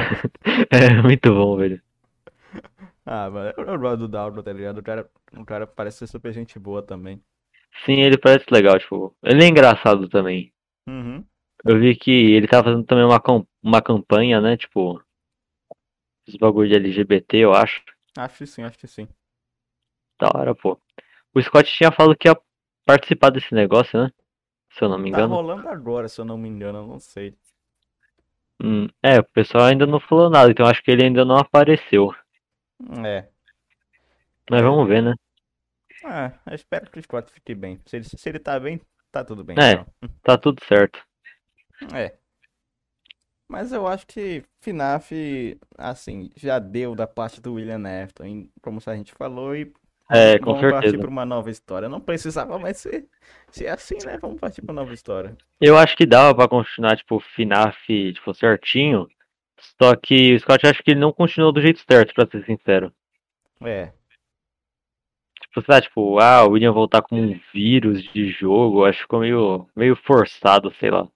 É muito bom, velho.
Ah, mano, eu, eu gosto do Dalton, tá ligado? O cara, o cara parece ser super gente boa também.
Sim, ele parece legal, tipo. Ele é engraçado também.
Uhum.
Eu vi que ele tava fazendo também uma, cam- uma campanha, né? Tipo, os bagulho de L G B T, eu acho.
Acho que sim, acho que sim.
Da hora, pô. O Scott tinha falado que ia participar desse negócio, né? Se eu não me
Tá
engano.
rolando agora, se eu não me engano, eu não sei.
Hum, é, o pessoal ainda não falou nada, então acho que ele ainda não apareceu.
É.
Mas
Mas,
vamos ver, né?
ah, eu espero que o Scott fique bem. Se ele, se ele tá bem, tá tudo bem,
É,
então.
tá tudo certo.
É. Mas eu acho que FNAF, assim, já deu da parte do William Afton, hein? Como a gente falou, e vamos,
É, com
vamos partir
certeza.
para uma nova história. Não precisava mais ser, ser assim, né? Vamos partir para uma nova história.
Eu acho que dava pra continuar, tipo, FNAF, tipo, certinho. Só que o Scott acho que ele não continuou do jeito certo, pra ser sincero.
É,
Tipo, sei lá, tipo, ah, o William voltar com um vírus de jogo, acho que ficou meio, meio forçado, sei lá.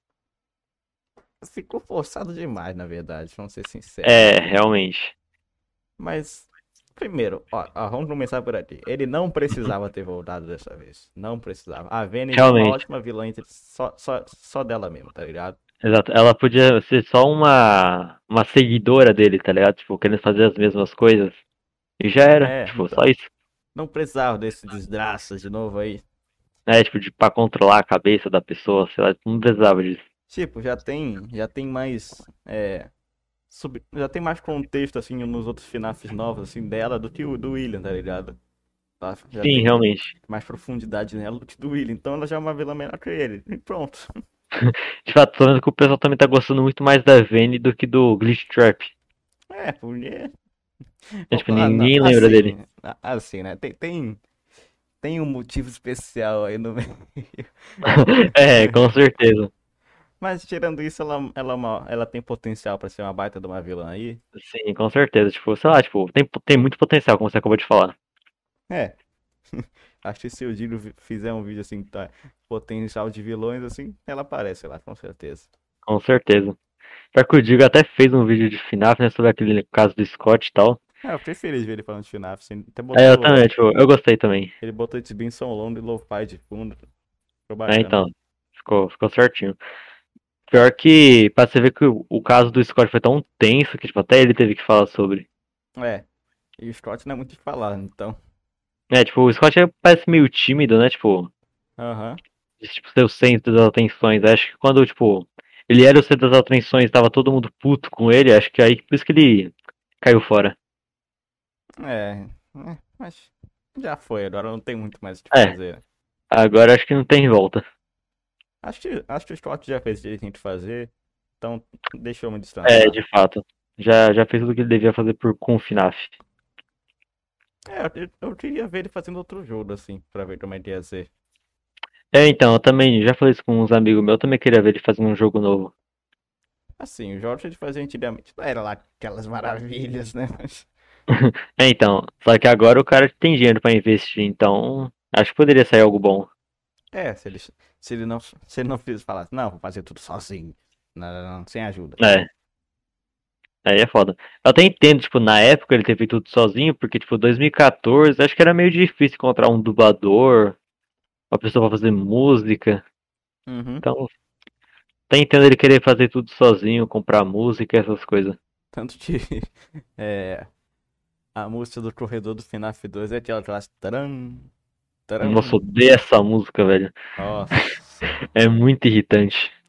ficou forçado demais, na verdade, vamos ser sinceros.
É, realmente.
Mas, primeiro, ó, ó, vamos começar por aqui. Ele não
Uhum.
precisava ter voltado dessa vez. Não precisava. A Vayne já é uma
Realmente.
ótima vilã entre- só, só, só dela mesmo, tá ligado?
Exato. Ela podia ser só uma, uma seguidora dele, tá ligado? Tipo, querendo fazer as mesmas coisas. E já era.
É,
Tipo, só
então,
isso.
não precisava desse desgraça de novo aí.
É, tipo, de, pra controlar a cabeça da pessoa, sei lá, não precisava disso.
Tipo, já tem, já tem mais, é, sub- já tem mais contexto, assim, nos outros FNAFs novos, assim, dela do que o do William, tá ligado? Tá? Já
Sim,
tem
realmente.
mais profundidade nela do que do William, então ela já é uma vilã melhor que ele, e pronto.
De fato, tô vendo que o pessoal também tá gostando muito mais da Vayne do que do Glitch Trap.
É, porque,
É,
vou
tipo,
falar, não,
ninguém lembra dele.
assim, a- assim, né, tem, tem, tem um motivo especial aí no meio.
É, com certeza.
Mas tirando isso, ela, ela, é uma- ela tem potencial pra ser uma baita de uma vilã aí.
Sim, com certeza. Tipo, sei lá, tipo, tem, tem muito potencial, como você acabou de falar.
É, acho que se o Digo vi- fizer um vídeo assim, tá, potencial de vilões, assim, ela aparece lá, com certeza.
Com certeza. Pior que o Digo até fez um vídeo de FNAF, né, sobre aquele caso do Scott e tal.
É, eu preferi ver ele falando de FNAF, assim, até
É, eu
botou,
também, tipo, eu gostei também.
ele botou esse Bean São Long e Lo-Fi de fundo, ficou
É,
bacana.
então, ficou, ficou certinho. Pior que, pra você ver que o, o caso do Scott foi tão tenso que, tipo, até ele teve que falar sobre.
É, e o Scott não é muito de falar, então,
É, tipo, o Scott é- parece meio tímido, né, tipo,
aham,
de, tipo, ser o centro das atenções. Acho que quando, tipo, ele era o centro das atenções, tava todo mundo puto com ele, acho que aí, por isso que ele caiu fora.
é, é, mas já foi, agora não tem muito mais o que
É,
fazer.
agora acho que não tem volta.
Acho que, acho que o Scott já fez o que ele tinha que fazer, então deixa eu me
É,
descansar.
de fato. Já, já fez tudo que ele devia fazer por, com o FNAF.
É, eu, eu queria ver ele fazendo outro jogo, assim, pra ver como é que ia ser.
É, então, eu também já falei isso com uns amigos meus, eu também queria ver ele fazendo um jogo novo.
Assim, os jogos que ele fazia antigamente não era lá aquelas maravilhas, né? Mas,
É, então, só que agora o cara tem dinheiro pra investir, então acho que poderia sair algo bom.
é, se ele, se ele não, se ele não fez, falasse, não, vou fazer tudo sozinho, não, não, não, sem ajuda.
É, aí é foda. Eu até entendo, tipo, na época ele ter feito tudo sozinho, porque, tipo, dois mil e quatorze, acho que era meio difícil encontrar um dublador, uma pessoa pra fazer música.
Uhum.
Então, até entendo ele querer fazer tudo sozinho, comprar música, essas coisas.
Tanto que é, a música do corredor do FNAF dois é aquela classe. Taran,
Nossa,
taran.
eu odeio essa música, velho.
Nossa.
É muito irritante.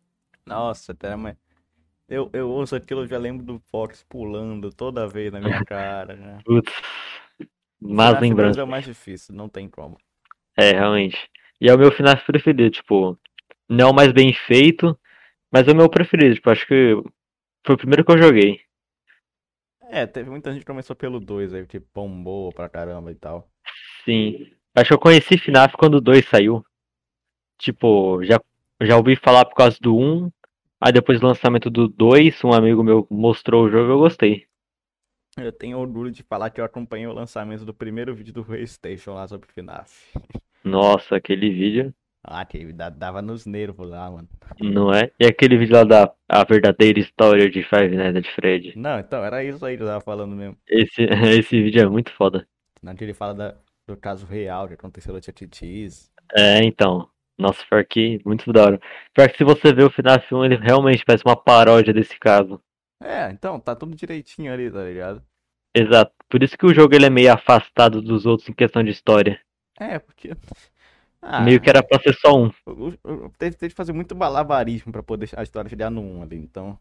Nossa, até, mas eu, eu ouço aquilo, eu já lembro do Fox pulando toda vez na minha cara, né?
Putz,
O
más
FNAF dois é o
lembranças.
mais difícil, não tem como.
É, realmente. E é o meu F NAF preferido, tipo, não é o mais bem feito, mas é o meu preferido, tipo, acho que foi o primeiro que eu joguei.
É, teve muita gente que começou pelo dois aí, tipo, bombou pra caramba e tal.
Sim. Acho que eu conheci F NAF quando o dois saiu. Tipo, já, já ouvi falar por causa do um, aí depois do lançamento do dois, um amigo meu mostrou o jogo e eu gostei.
Eu tenho orgulho de falar que eu acompanhei o lançamento do primeiro vídeo do PlayStation lá sobre FNAF.
Nossa, aquele vídeo,
Ah, que da- dava nos nervos lá, mano.
não é? E aquele vídeo lá da a verdadeira história de Five Nights at Freddy.
Não, então, era isso aí que eu tava falando mesmo.
Esse, esse vídeo é muito foda.
Naquele ele fala da- do caso real que aconteceu no Tietê.
É, então. Nossa, pior que muito da hora. Pior que se você vê o FNAF um, ele realmente parece uma paródia desse caso.
É, então, tá tudo direitinho ali, tá ligado?
Exato. Por isso que o jogo ele é meio afastado dos outros em questão de história.
É, porque.
Meio que
Ah,
era pra ser só um.
o- o- o- teve, teve que fazer muito malabarismo pra poder a história chegar no um ali, então.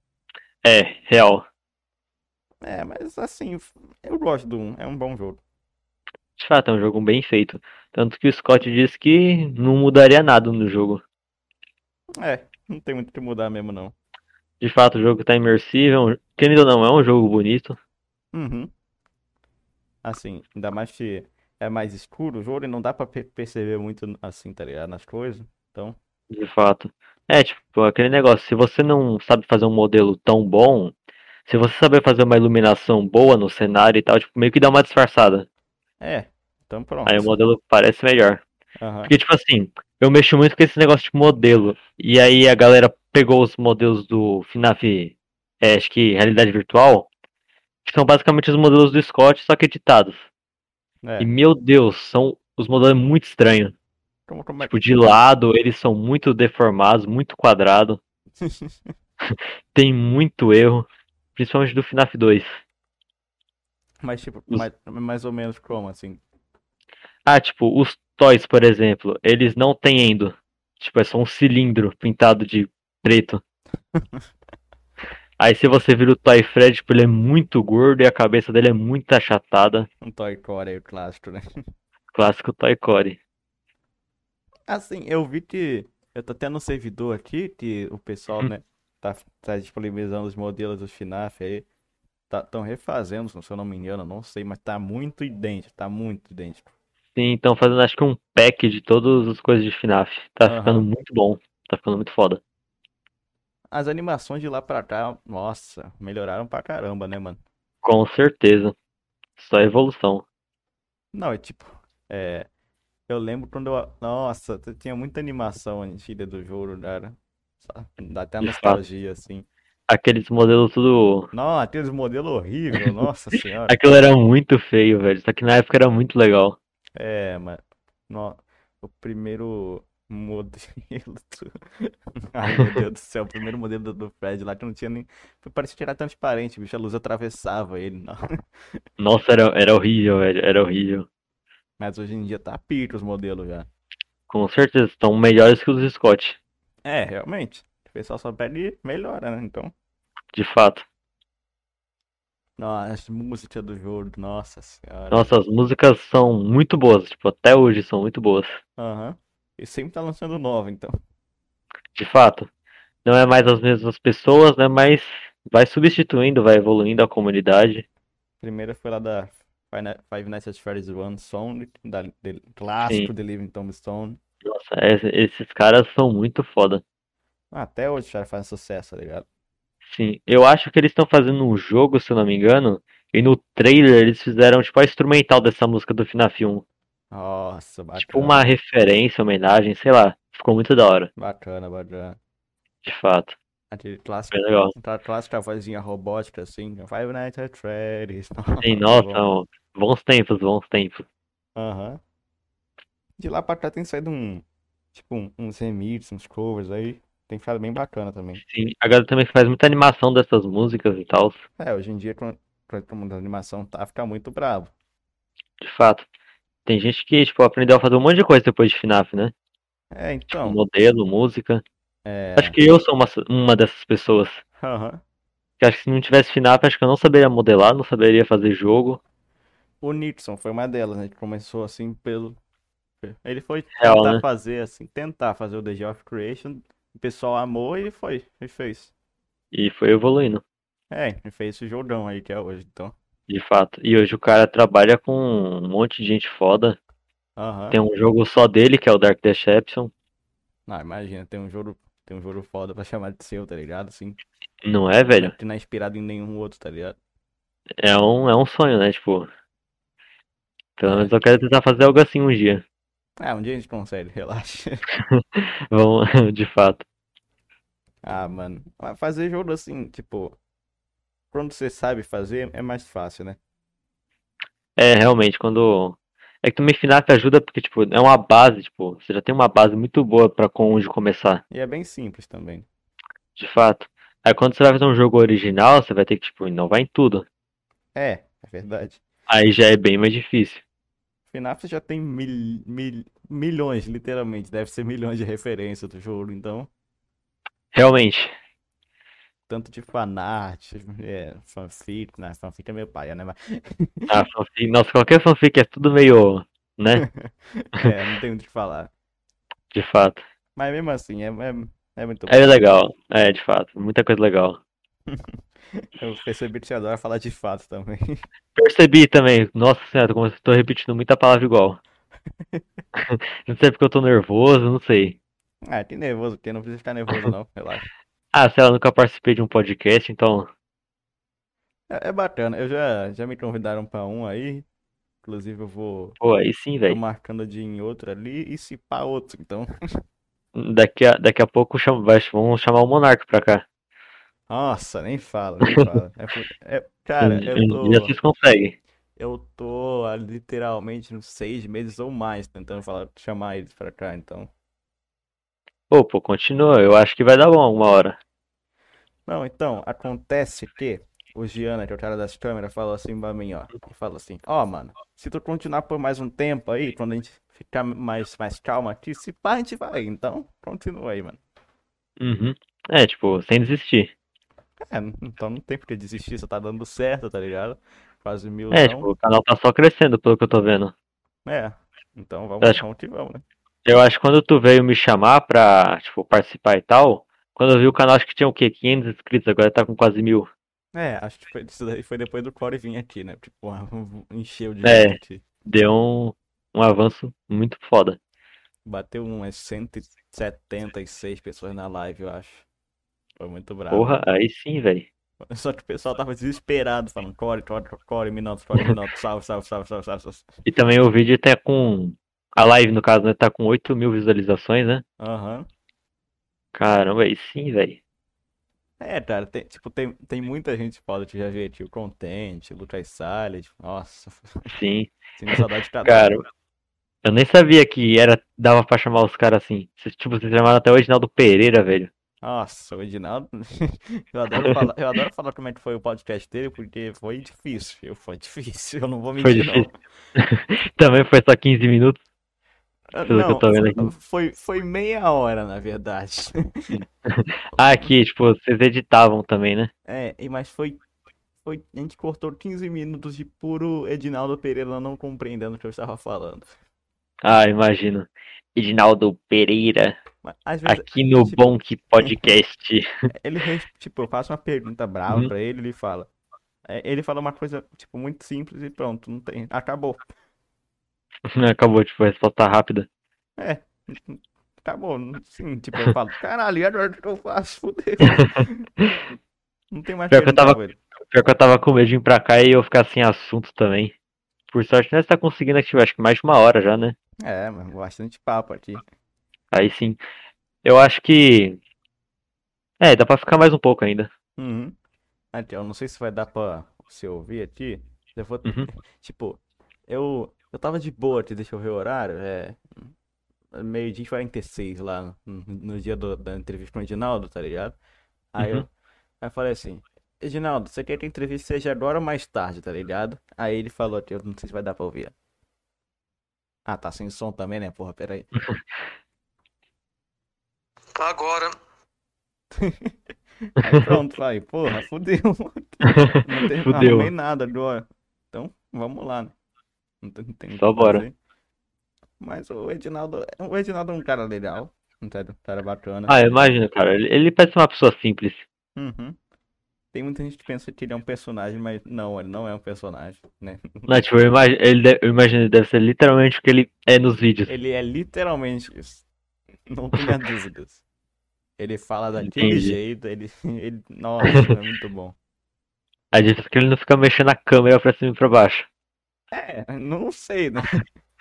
É, real.
É, mas assim, eu gosto do um, é um bom jogo.
De fato, é um jogo bem feito. Tanto que o Scott disse que não mudaria nada no jogo.
É, não tem muito o que mudar mesmo, não.
De fato, o jogo tá imersivo. É um- Querendo ou não, é um jogo bonito.
Uhum. Assim, ainda mais que é mais escuro o jogo e não dá pra pe- perceber muito assim, tá ligado? Nas coisas. Então,
De fato. É, tipo, aquele negócio. Se você não sabe fazer um modelo tão bom, se você saber fazer uma iluminação boa no cenário e tal, tipo, meio que dá uma disfarçada.
é, então
Aí o
pronto.
modelo parece melhor.
Aham.
Porque, tipo assim, eu mexo muito com esse negócio de modelo. E aí a galera pegou os modelos do FNAF, é, acho que realidade virtual, que são basicamente os modelos do Scott, só que editados. E
É.
meu Deus, são os modelos muito estranhos.
Como, como é.
Tipo, de lado, eles são muito deformados, muito quadrados. Tem muito erro, principalmente do FNAF dois.
Mas, tipo,
Os-
mais, mais ou menos como, assim.
Ah, tipo, os toys, por exemplo, eles não têm endo. Tipo, é só um cilindro pintado de preto. Aí se você vira o Toy Fred, tipo, ele é muito gordo e a cabeça dele é muito achatada.
Um Toy Core aí, o clássico, né?
Clássico Toy Core.
Assim, eu vi que. Eu tô tendo um servidor aqui que o pessoal, né, tá, tá disponibilizando os modelos do FNAF aí. Tá, tão refazendo, se eu não me engano, não sei, mas tá muito idêntico, tá muito idêntico.
Sim, então fazendo acho que um pack de todas as coisas de FNAF. Tá ficando
Aham.
muito bom. Tá ficando muito foda.
As animações de lá pra cá, nossa, melhoraram pra caramba, né, mano?
Com certeza. Só evolução.
Não, é tipo, é, eu lembro quando eu, nossa, t- tinha muita animação antiga do jogo, cara. Só- Dá até
De fato.
nostalgia, assim.
Aqueles modelos tudo.
Não, aqueles modelos horríveis, nossa senhora.
Aquilo era muito feio, velho. Só que na época era muito legal.
É, mano, no- o primeiro modelo do... Ai, meu Deus do céu, o primeiro modelo do, do Fred lá que não tinha nem... Parecia que era transparente, bicho, a luz atravessava ele, não.
Nossa, era, era horrível, velho. Era horrível.
Mas hoje em dia tá pica os modelos já.
Com certeza. Estão melhores que os de Scott.
É, realmente. O pessoal só pega e melhora, né? Então.
De fato.
Nossa, as músicas do jogo, nossa senhora.
Nossa, as músicas são muito boas. Tipo, até hoje são muito boas.
Aham. E sempre tá lançando nova, então.
De fato. Não é mais as mesmas pessoas, né? Mas vai substituindo, vai evoluindo a comunidade.
Primeira foi lá da Five Ni- Five Nights at Freddy's One Song, da, de,
Sim.
clássico The Living Tombstone.
Nossa, es- esses caras são muito foda.
Até hoje os caras fazem sucesso, tá ligado?
Sim. Eu acho que eles estão fazendo um jogo, se eu não me engano. E no trailer eles fizeram, tipo, a instrumental dessa música do FNAF um.
Nossa,
Tipo, uma
bacana.
referência, homenagem, sei lá. Ficou muito da hora,
Bacana, bacana.
de fato.
Aquele clássico,
Bem legal.
aquela clássica vozinha robótica, assim. Five Nights at Freddy's.
Sim,
Nossa,
nossa,
bom.
ó, bons tempos, bons tempos.
Aham. De lá pra cá tem saído um, tipo, um- uns remixes, uns covers aí. Tem ficado bem bacana também.
Sim, a galera também faz muita animação dessas músicas e tal.
É, hoje em dia, com com o mundo da animação tá, fica muito bravo.
De fato. Tem gente que, tipo, aprendeu a fazer um monte de coisa depois de FNAF, né?
É,
Tipo,
então,
modelo, música. Acho
É.
que eu sou uma, uma dessas pessoas.
Aham.
Que acho que se não tivesse FNAF, acho que eu não saberia modelar, não saberia fazer jogo.
O Nixon foi uma delas, né? Que começou assim pelo. Ele foi
Real,
tentar
né?
fazer assim, tentar fazer o The Day of Creation. O pessoal amou e ele foi, ele fez.
E foi evoluindo,
É, ele fez esse jogão aí que é hoje, então.
de fato. E hoje o cara trabalha com um monte de gente foda.
Aham.
Tem um jogo só dele, que é o Dark Deception.
Não, imagina, tem um jogo, tem um jogo foda pra chamar de seu, tá ligado? Assim,
Não é,
não é,
velho?
não é inspirado em nenhum outro, tá ligado?
É um, é um sonho, né? Tipo, pelo
É.
menos eu quero tentar fazer algo assim um dia.
Ah, um dia a gente consegue, relaxa.
Vamos, de fato.
Ah, mano. Mas fazer jogo assim, tipo, quando você sabe fazer, é mais fácil, né?
É, realmente, quando. É que também FNAF ajuda porque, tipo, é uma base, tipo, você já tem uma base muito boa pra com onde começar,
E é bem simples também.
de fato. Aí quando você vai fazer um jogo original, você vai ter que, tipo, inovar em tudo.
É, é verdade.
Aí já é bem mais difícil.
FNAF já tem mil, mil, milhões, literalmente. Deve ser milhões de referências do jogo, então.
Realmente.
Tanto de fanart, é, fanfic, né? Fanfic é meio paia, né? Mas...
A fanfic, nossa, qualquer fanfic é tudo meio, né?
É, não tem muito o que falar.
De fato.
Mas mesmo assim, é, é, é muito
É
bom.
legal. É, de fato. Muita coisa legal.
Eu percebi que você adora falar de fato também.
Percebi também. Nossa senhora, como eu tô repetindo muita palavra igual. Não sei porque eu tô nervoso, não sei.
Ah, que nervoso, porque não precisa ficar nervoso não, relaxa.
Ah, sei lá, nunca participei de um podcast, então.
É, é bacana, eu já, já me convidaram pra um aí, inclusive eu vou,
Pô, aí sim,
tô
velho.
marcando de ir em outro ali e se pá outro, então.
Daqui a, daqui a pouco cham, vai, vamos chamar o Monarca pra cá.
Nossa, nem fala, nem fala. É, fu- é-
Um,
cara, eu
um dia
tô,
vocês conseguem.
eu tô há literalmente uns seis meses ou mais tentando falar, chamar eles pra cá, então.
Pô, pô, continua. Eu acho que vai dar bom alguma hora.
Não, então, acontece que o Giana, que é o cara das câmeras, falou assim pra mim, ó. Ele falou assim, ó, mano, se tu continuar por mais um tempo aí, quando a gente ficar mais, mais calmo aqui, se pá, a gente vai. Então, continua aí, mano.
Uhum. É, tipo, sem desistir.
É, então não tem por que desistir, só tá dando certo, tá ligado? Quase
É,
milzão.
tipo, o canal tá só crescendo, pelo que eu tô vendo.
É, então
Eu
vamos,
acho,
vamos que vamos, né?
eu acho que quando tu veio me chamar pra, tipo, participar e tal, quando eu vi o canal, acho que tinha o quê? quinhentos inscritos, agora tá com quase mil.
É, acho que foi, isso daí foi depois do Core vir aqui, né? Tipo, encheu de gente
É,
aqui.
deu um, um avanço muito foda.
Bateu umas cento e setenta e seis pessoas na live, eu acho. Foi muito brabo.
Porra, aí sim, velho.
Só que o pessoal tava desesperado, falando, Core, Core, Core, Minotaur, Core, Minotaur, salve, salve, salve, salve, salve, salve.
E também o vídeo tá com. A live, no caso, né? Tá com oito mil visualizações, né?
Aham.
Caramba, aí sim, velho.
É, cara, tem, tipo, tem, tem muita gente foda que já veio aqui, o Content, o Lucas Salles, nossa,
Sim.
sinto saudade de cada um.
Cara, eu nem sabia que era dava pra chamar os caras assim. Cês, tipo, vocês chamaram até o Reginaldo Pereira, velho.
Nossa, o Edinaldo, eu adoro falar, eu adoro falar como é que foi o podcast dele, porque foi difícil, eu, foi difícil, eu não vou
Foi
mentir, não.
difícil. Também foi só quinze minutos,
Ah,
pelo que eu
não,
tô vendo
foi,
aqui.
foi, foi meia hora, na verdade.
Ah, aqui, tipo, vocês editavam também, né?
É, e- mas foi, foi, a gente cortou quinze minutos de puro Edinaldo Pereira não compreendendo o que eu estava falando.
Ah, imagino. Reginaldo Pereira,
Mas, às vezes,
aqui no
tipo,
Bonk Podcast.
ele, res- tipo, eu faço uma pergunta brava
Uhum.
pra ele, ele fala. É, ele fala uma coisa, tipo, muito simples e pronto, não tem, acabou.
Acabou, tipo, a resposta rápida.
É, acabou, sim, tipo, eu falo, caralho, e agora o que eu faço? Fudeu. Não tem mais
Pior que eu
perguntar
tava,
pra ele.
pior que eu tava com medo de ir pra cá e eu ficar sem assunto também. Por sorte, né, você tá conseguindo aqui, acho que mais de uma hora já, né?
É, mano, bastante papo aqui.
Aí sim. Eu acho que. É, dá pra ficar mais um pouco ainda.
Uhum. Aqui, eu não sei se vai dar pra você ouvir aqui. Eu vou,
Uhum,
tipo, eu, eu tava de boa aqui, deixa eu ver o horário. É, meio-dia e quarenta e seis lá no, no dia do- da entrevista com o Edinaldo, tá ligado? Aí eu,
uhum.
aí eu falei assim, Edinaldo, você quer que a entrevista seja agora ou mais tarde, tá ligado? Aí ele falou aqui, eu não sei se vai dar pra ouvir. Ah, tá sem som também, né, porra, pera aí.
Agora
Aí pronto, falei, porra, fudeu. Não, tem, não arrumei
Fudeu.
nada agora. Então, vamos lá, né? Não tem, não tem muito o
Só
que
bora.
fazer. Mas o Edinaldo, o Edinaldo é um cara legal. Um cara, um cara bacana,
Ah,
assim,
eu
de...
imagino, cara. Ele, ele parece uma pessoa simples.
Uhum. Tem muita gente que pensa que ele é um personagem, mas não, ele não é um personagem, né?
Não, tipo, eu imagino, ele, de- eu imagino ele deve ser literalmente o que ele é nos vídeos.
Ele é literalmente isso. Não tenha dúvidas. Ele fala daquele
Entendi.
jeito, ele, ele... Nossa, é muito bom.
A diferença é que ele não fica mexendo a câmera pra cima e pra baixo.
É, não sei, né?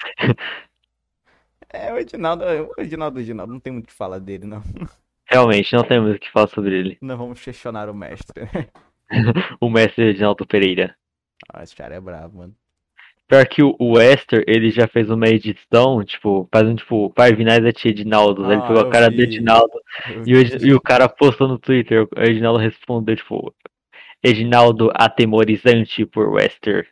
É, o Edinaldo, o Edinaldo, o Edinaldo, não tem muito o que falar dele, não.
Realmente, não temos o que falar sobre ele.
Não vamos questionar o mestre.
O mestre Reginaldo Pereira.
Ah, esse cara é brabo, mano.
Pior que o, o Wester, ele já fez uma edição, tipo, fazendo, tipo, Parvinais é tia Edinaldo. Aí ele
Ah,
pegou a
eu
cara do
vi.
Edinaldo
Eu
e o,
vi.
Edi- e o cara postou no Twitter. O Edinaldo respondeu, tipo, Edinaldo atemorizante por Wester.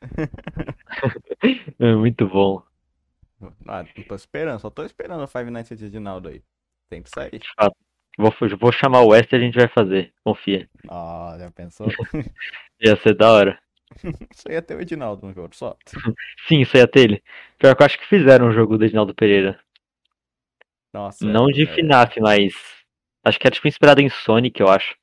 É muito bom.
Ah, não tô esperando, só tô esperando o Five Nights at Edinaldo aí. Tem que sair.
De fato. Vou, vou chamar o Wester e a gente vai fazer. Confia.
Ah, já pensou?
Ia ser da hora.
Isso aí ia ter o Edinaldo no jogo, só.
Sim, isso ia ter ele. Pior que eu acho que fizeram um jogo do Edinaldo Pereira.
Nossa,
Não de
é.
FNAF, mas. Acho que era tipo inspirado em Sonic, eu acho.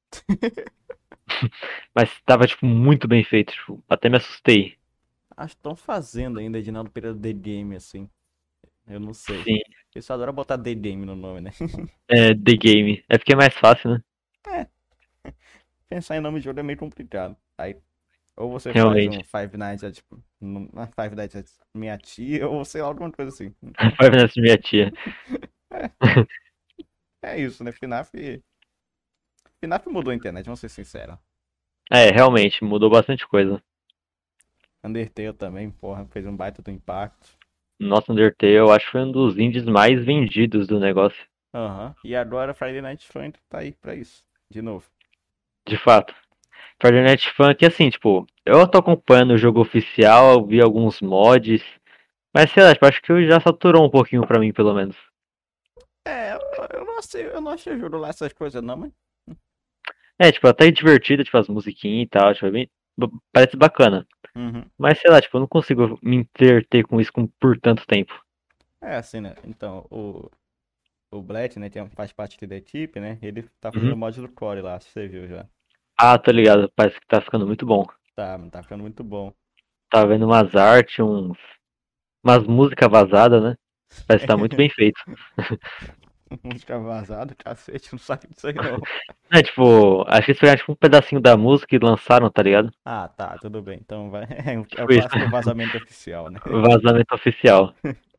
Mas tava, tipo, muito bem feito. Tipo, até me assustei.
Acho que estão fazendo ainda Edinaldo Pereira The Game, assim. Eu não sei.
Sim.
Eles só adoram botar The Game no nome, né?
É, The Game. É porque é mais fácil, né?
É, pensar em nome de jogo é meio complicado. Aí, ou você faz um
Realmente.
Five Nights at, um, Five Nights at minha tia, ou sei lá, alguma coisa assim. Então,
Vai nessa minha tia.
é, é isso, né? FNAF, FNAF mudou a internet, vamos ser sinceros.
É, realmente, mudou bastante coisa.
Undertale também, porra, fez um baita do impacto.
Nossa, Undertale, eu acho que foi um dos indies mais vendidos do negócio.
Aham. E agora Friday Night Funk tá aí pra isso. De novo.
De fato. Fortnite Funk, assim, tipo, eu tô acompanhando o jogo oficial, vi alguns mods, mas sei lá, tipo, acho que já saturou um pouquinho pra mim, pelo menos.
É, eu, eu não sei, eu não achei juro lá essas coisas não, mas.
É, tipo, até divertido, tipo, as musiquinhas e tal, tipo, é bem, b- parece bacana.
Uhum.
Mas sei lá, tipo, eu não consigo me entreter com isso com- por tanto tempo.
É assim, né? Então, o, o Blatt, né, que é um- faz parte aqui da equipe, né? Ele tá fazendo
Uhum.
o mod do Core lá, se você viu já.
Ah, tô ligado, parece que tá ficando muito bom.
Tá, tá ficando muito bom.
Tá vendo umas artes, uns, umas músicas vazadas, né? Parece que tá muito bem feito.
Música vazada, cacete, não sabe disso aí não.
É, tipo, acho que eles pegaram tipo, um pedacinho da música e lançaram, tá ligado?
Ah, tá, tudo bem. Então vai. É o é o
Tipo isso.
clássico vazamento oficial, né?
Vazamento oficial.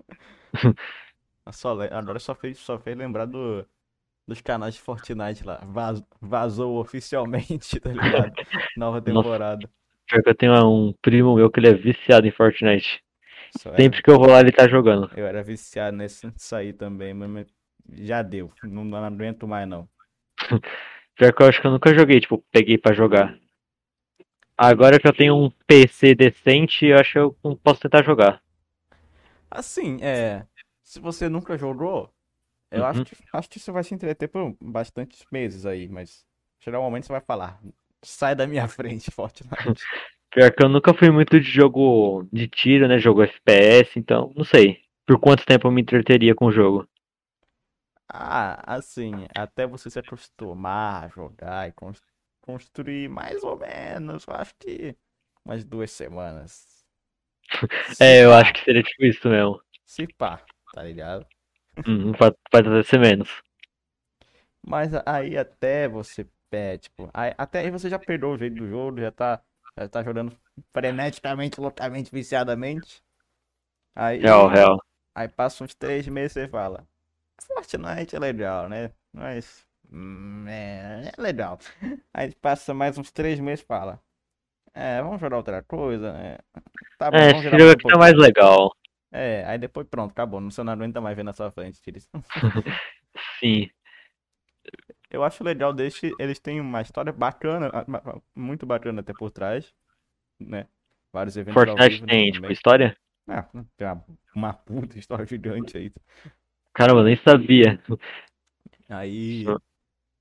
Só, le- agora só fez, só fez lembrar do, dos canais de Fortnite lá. Vaz, vazou oficialmente, tá ligado? Nova
Nossa,
temporada.
pior que eu tenho um primo meu que ele é viciado em Fortnite.
Só era,
Sempre que eu vou lá, ele tá jogando.
eu era viciado nesse nisso aí também, mas mas já deu. Não, não aguento mais não.
Pior que eu acho que eu nunca joguei, tipo, peguei pra jogar. Agora que eu tenho um P C decente, eu acho que eu posso tentar jogar.
Assim, é. Se você nunca jogou, eu acho
Uhum.
que, acho que você vai se entreter por bastantes meses aí, mas chegar um momento você vai falar. Sai da minha frente, Fortnite.
Pior que eu nunca fui muito de jogo de tiro, né? Jogo F P S, então não sei. Por quanto tempo eu me entreteria com o jogo.
Ah, assim, até você se acostumar a jogar e cons- construir mais ou menos, eu acho que umas duas semanas. Se
É, eu acho
pá,
que seria tipo isso mesmo.
se pá, tá ligado?
Uhum, pode, pode até ser menos.
Mas aí até você pede, tipo, aí- até aí você já perdeu o jeito do jogo, já tá, já tá jogando freneticamente, loucamente, viciadamente.
Real,
Aí,
real.
aí passa uns três meses e você fala, Fortnite é legal, né? Mas hum, é, é legal. Aí passa mais uns três meses e fala, é, vamos jogar outra coisa, né? Tá bom,
É,
vamos
esse
jogar mais
jogo
um
aqui tá mais
pouquinho.
legal.
É, aí depois pronto, acabou. Você não aguenta mais ver na sua frente, tira isso.
Sim.
Eu acho legal deixe eles têm uma história bacana, a- ma- muito bacana até por trás, né? Vários eventos ao
Fortnite
vivo, né,
tem, tipo,
também.
história?
Ah, tem uma, uma puta história gigante aí.
Caramba, eu nem sabia.
Aí,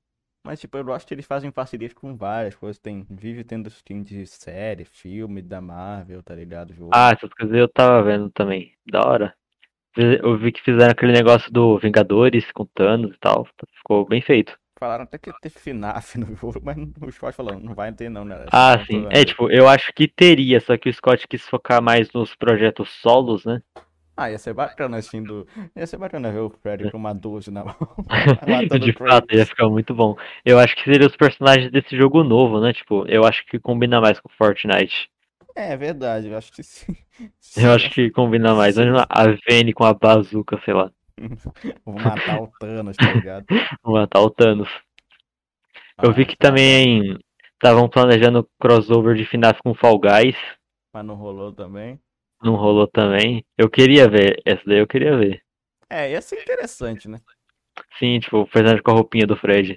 Mas, tipo, eu gosto que eles fazem parcerias com várias coisas. Tem, vive tendo stream de série, filme da Marvel, tá ligado?
Ah,
Jogo.
essas coisas eu tava vendo também. Da hora. Eu vi que fizeram aquele negócio do Vingadores com Thanos e tal. Ficou bem feito.
Falaram até que ia ter FNAF no jogo, mas o Scott falou, não vai ter não, né? É só
Ah,
pra
sim.
pro
É,
amigo.
tipo, eu acho que teria, só que o Scott quis focar mais nos projetos solos, né?
Ah, ia ser bacana assim do. Ia ser bacana ver o Freddy com uma doze na mão, matando o
De fato, ia
Kratos.
ficar muito bom. Eu acho que seriam os personagens desse jogo novo, né? Tipo, eu acho que combina mais com Fortnite.
É verdade, eu acho que sim.
Eu
Sim,
acho
acho-
que combina mais.
sim.
Imagina a Vayne com a bazuca, sei lá.
Vou matar o Thanos, tá ligado?
Vou matar o Thanos. Eu
Ah,
vi
ia
que
ser bacana.
também estavam planejando crossover de FNAF com Fall Guys.
Mas não rolou também.
Não rolou também. Eu queria ver. Essa daí eu queria ver.
É, ia ser interessante, né?
Sim, tipo, o personagem com a roupinha do Fred.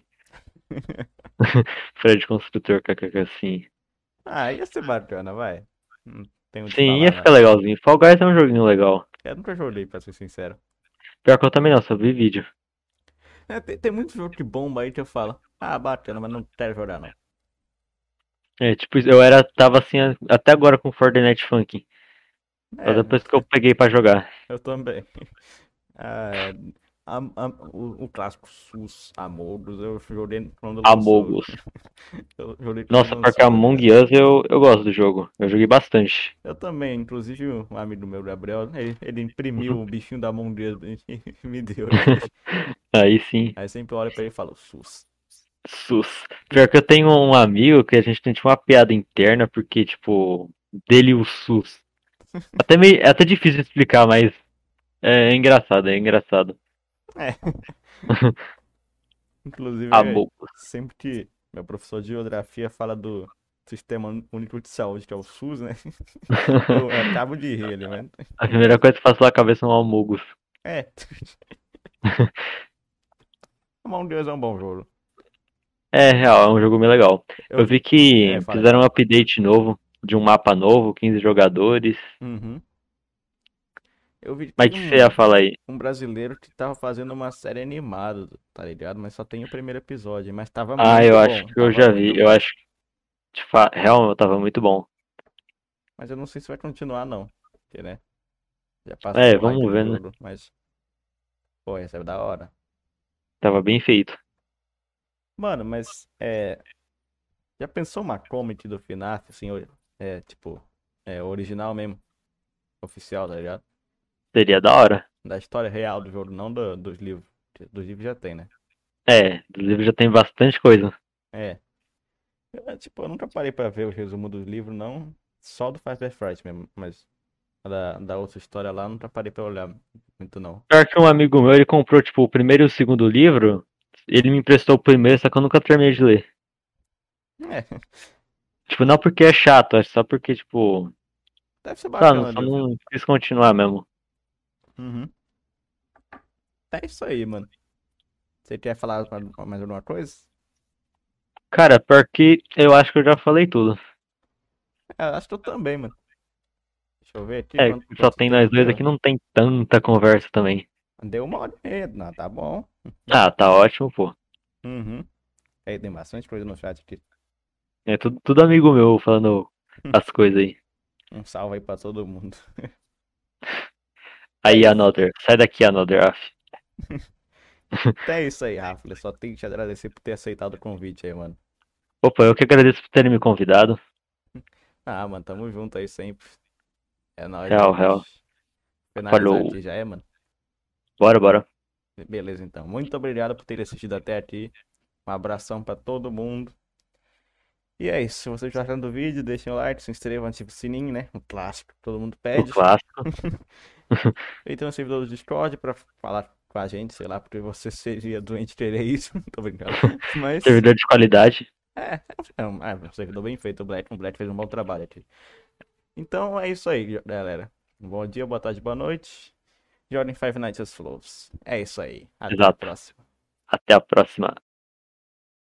Fred Construtor, kkk, assim.
Ah, ia ser bacana, vai. Não tenho o que
Sim, ia
falar,
ficar
não.
legalzinho. Fall Guys é um joguinho legal.
Eu nunca joguei, pra ser sincero.
Pior que eu também não, só vi vídeo.
É, tem, tem muito jogo que bomba aí que eu falo. Ah, bacana, mas não quero jogar, não.
É, tipo, eu era, tava assim, até agora com Fortnite Funk. Só
É,
depois que eu peguei pra jogar.
eu também. Ah, é, am- am- o, o clássico SUS, Amogus, eu joguei quando lançou.
Amogus.
Eu joguei quando
Nossa, porque
lançou, tá
Among
ligado?
Us eu, eu gosto do jogo. Eu joguei bastante.
Eu também, inclusive um amigo meu, Gabriel, ele, ele imprimiu o bichinho da Among Us e me deu aqui.
Aí sim,
Aí sempre olho pra ele e falo, SUS.
sus. Pior que eu tenho um amigo que a gente tem tipo, uma piada interna, porque, tipo, dele o sus. Até, meio, é até difícil de explicar, mas é, é engraçado, é engraçado.
É, inclusive, é,
Amogus.
sempre que meu professor de geografia fala do Sistema Único de Saúde, que é o SUS, né? Eu, eu acabo de rir ali, mas.
A primeira coisa que passou na cabeça é um Amogus.
É, Among Us é um bom jogo.
É real, é um jogo bem legal.
Eu
Eu vi
vi. É,
que
fala aí,
fizeram um
fala.
update novo, de um mapa novo, quinze jogadores.
Uhum. Eu vi que
Mas o
teve
que você ia
um,
falar aí?
um brasileiro que tava fazendo uma série animada, tá ligado? Mas só tem o primeiro episódio, mas tava
Ah,
muito
eu acho
bom,
que eu
tava
já vi.
muito
Eu
bom.
acho que, de fa... real, tava muito bom.
Mas eu não sei se vai continuar, não. Porque, né? Já passou
É,
o hype
vamos
do
ver, né?
jogo, mas, pô, essa é da hora.
Tava bem feito.
Mano, mas, é. Já pensou uma comic do FNAF, assim, o- é, tipo, é, original mesmo, oficial, tá ligado?
Seria da hora.
Da história real do jogo, não do- dos livros. Dos livros já tem, né?
É, do livro já tem bastante coisa.
É. Eu, tipo, eu nunca parei pra ver o resumo dos livros, não. Só do Five Nights at Freddy's mesmo, mas da, da outra história lá, nunca parei pra olhar muito, não.
Pior que um amigo meu, ele comprou, tipo, o primeiro e o segundo livro. Ele me emprestou o primeiro, só que eu nunca terminei de ler.
É,
Tipo, não porque é chato, é só porque, tipo,
deve ser
só, não-
bacana o
só
livro.
não quis continuar mesmo.
Uhum. É isso aí, mano. Você quer falar mais alguma coisa?
Cara, pior que eu acho que eu já falei tudo.
É, acho que eu também, mano. Deixa eu ver aqui
É,
quanto,
só
quanto
tem nós
tempo
dois
deu.
aqui, não tem tanta conversa também.
Deu uma hora e meia. Não, tá bom.
Ah, tá ótimo, pô.
Uhum. Aí tem bastante coisa no chat aqui.
É tudo, tudo amigo meu falando as coisas aí.
Um salve aí pra todo mundo. É
Aí,
isso.
Another. Sai daqui, Another. Af.
É isso aí, Rafa. Eu só tenho que te agradecer por ter aceitado o convite aí, mano.
Opa, eu que agradeço por terem me convidado.
Ah, mano, tamo junto aí sempre. É nóis,
Real, real.
vamos finalizar
Falou.
aqui, já é, mano?
Bora, bora.
Beleza, então. Muito obrigado por ter assistido até aqui. Um abração pra todo mundo. E é isso. Se vocês gostaram do vídeo, deixem o like, se inscrevam, ativem o sininho, né? Um clássico que todo mundo
O
pede.
clássico.
Entre no servidor do Discord pra falar com a gente, sei lá, porque você seria doente querer isso. Tô brincando. Mas,
Servidor de qualidade.
é, é um, é um servidor bem feito. O Black, o Black fez um bom trabalho aqui. Então é isso aí, galera. Um bom dia, boa tarde, boa noite. Joguem Five Nights at Flows. É isso aí. Até a
Exato.
próxima.
Até a próxima.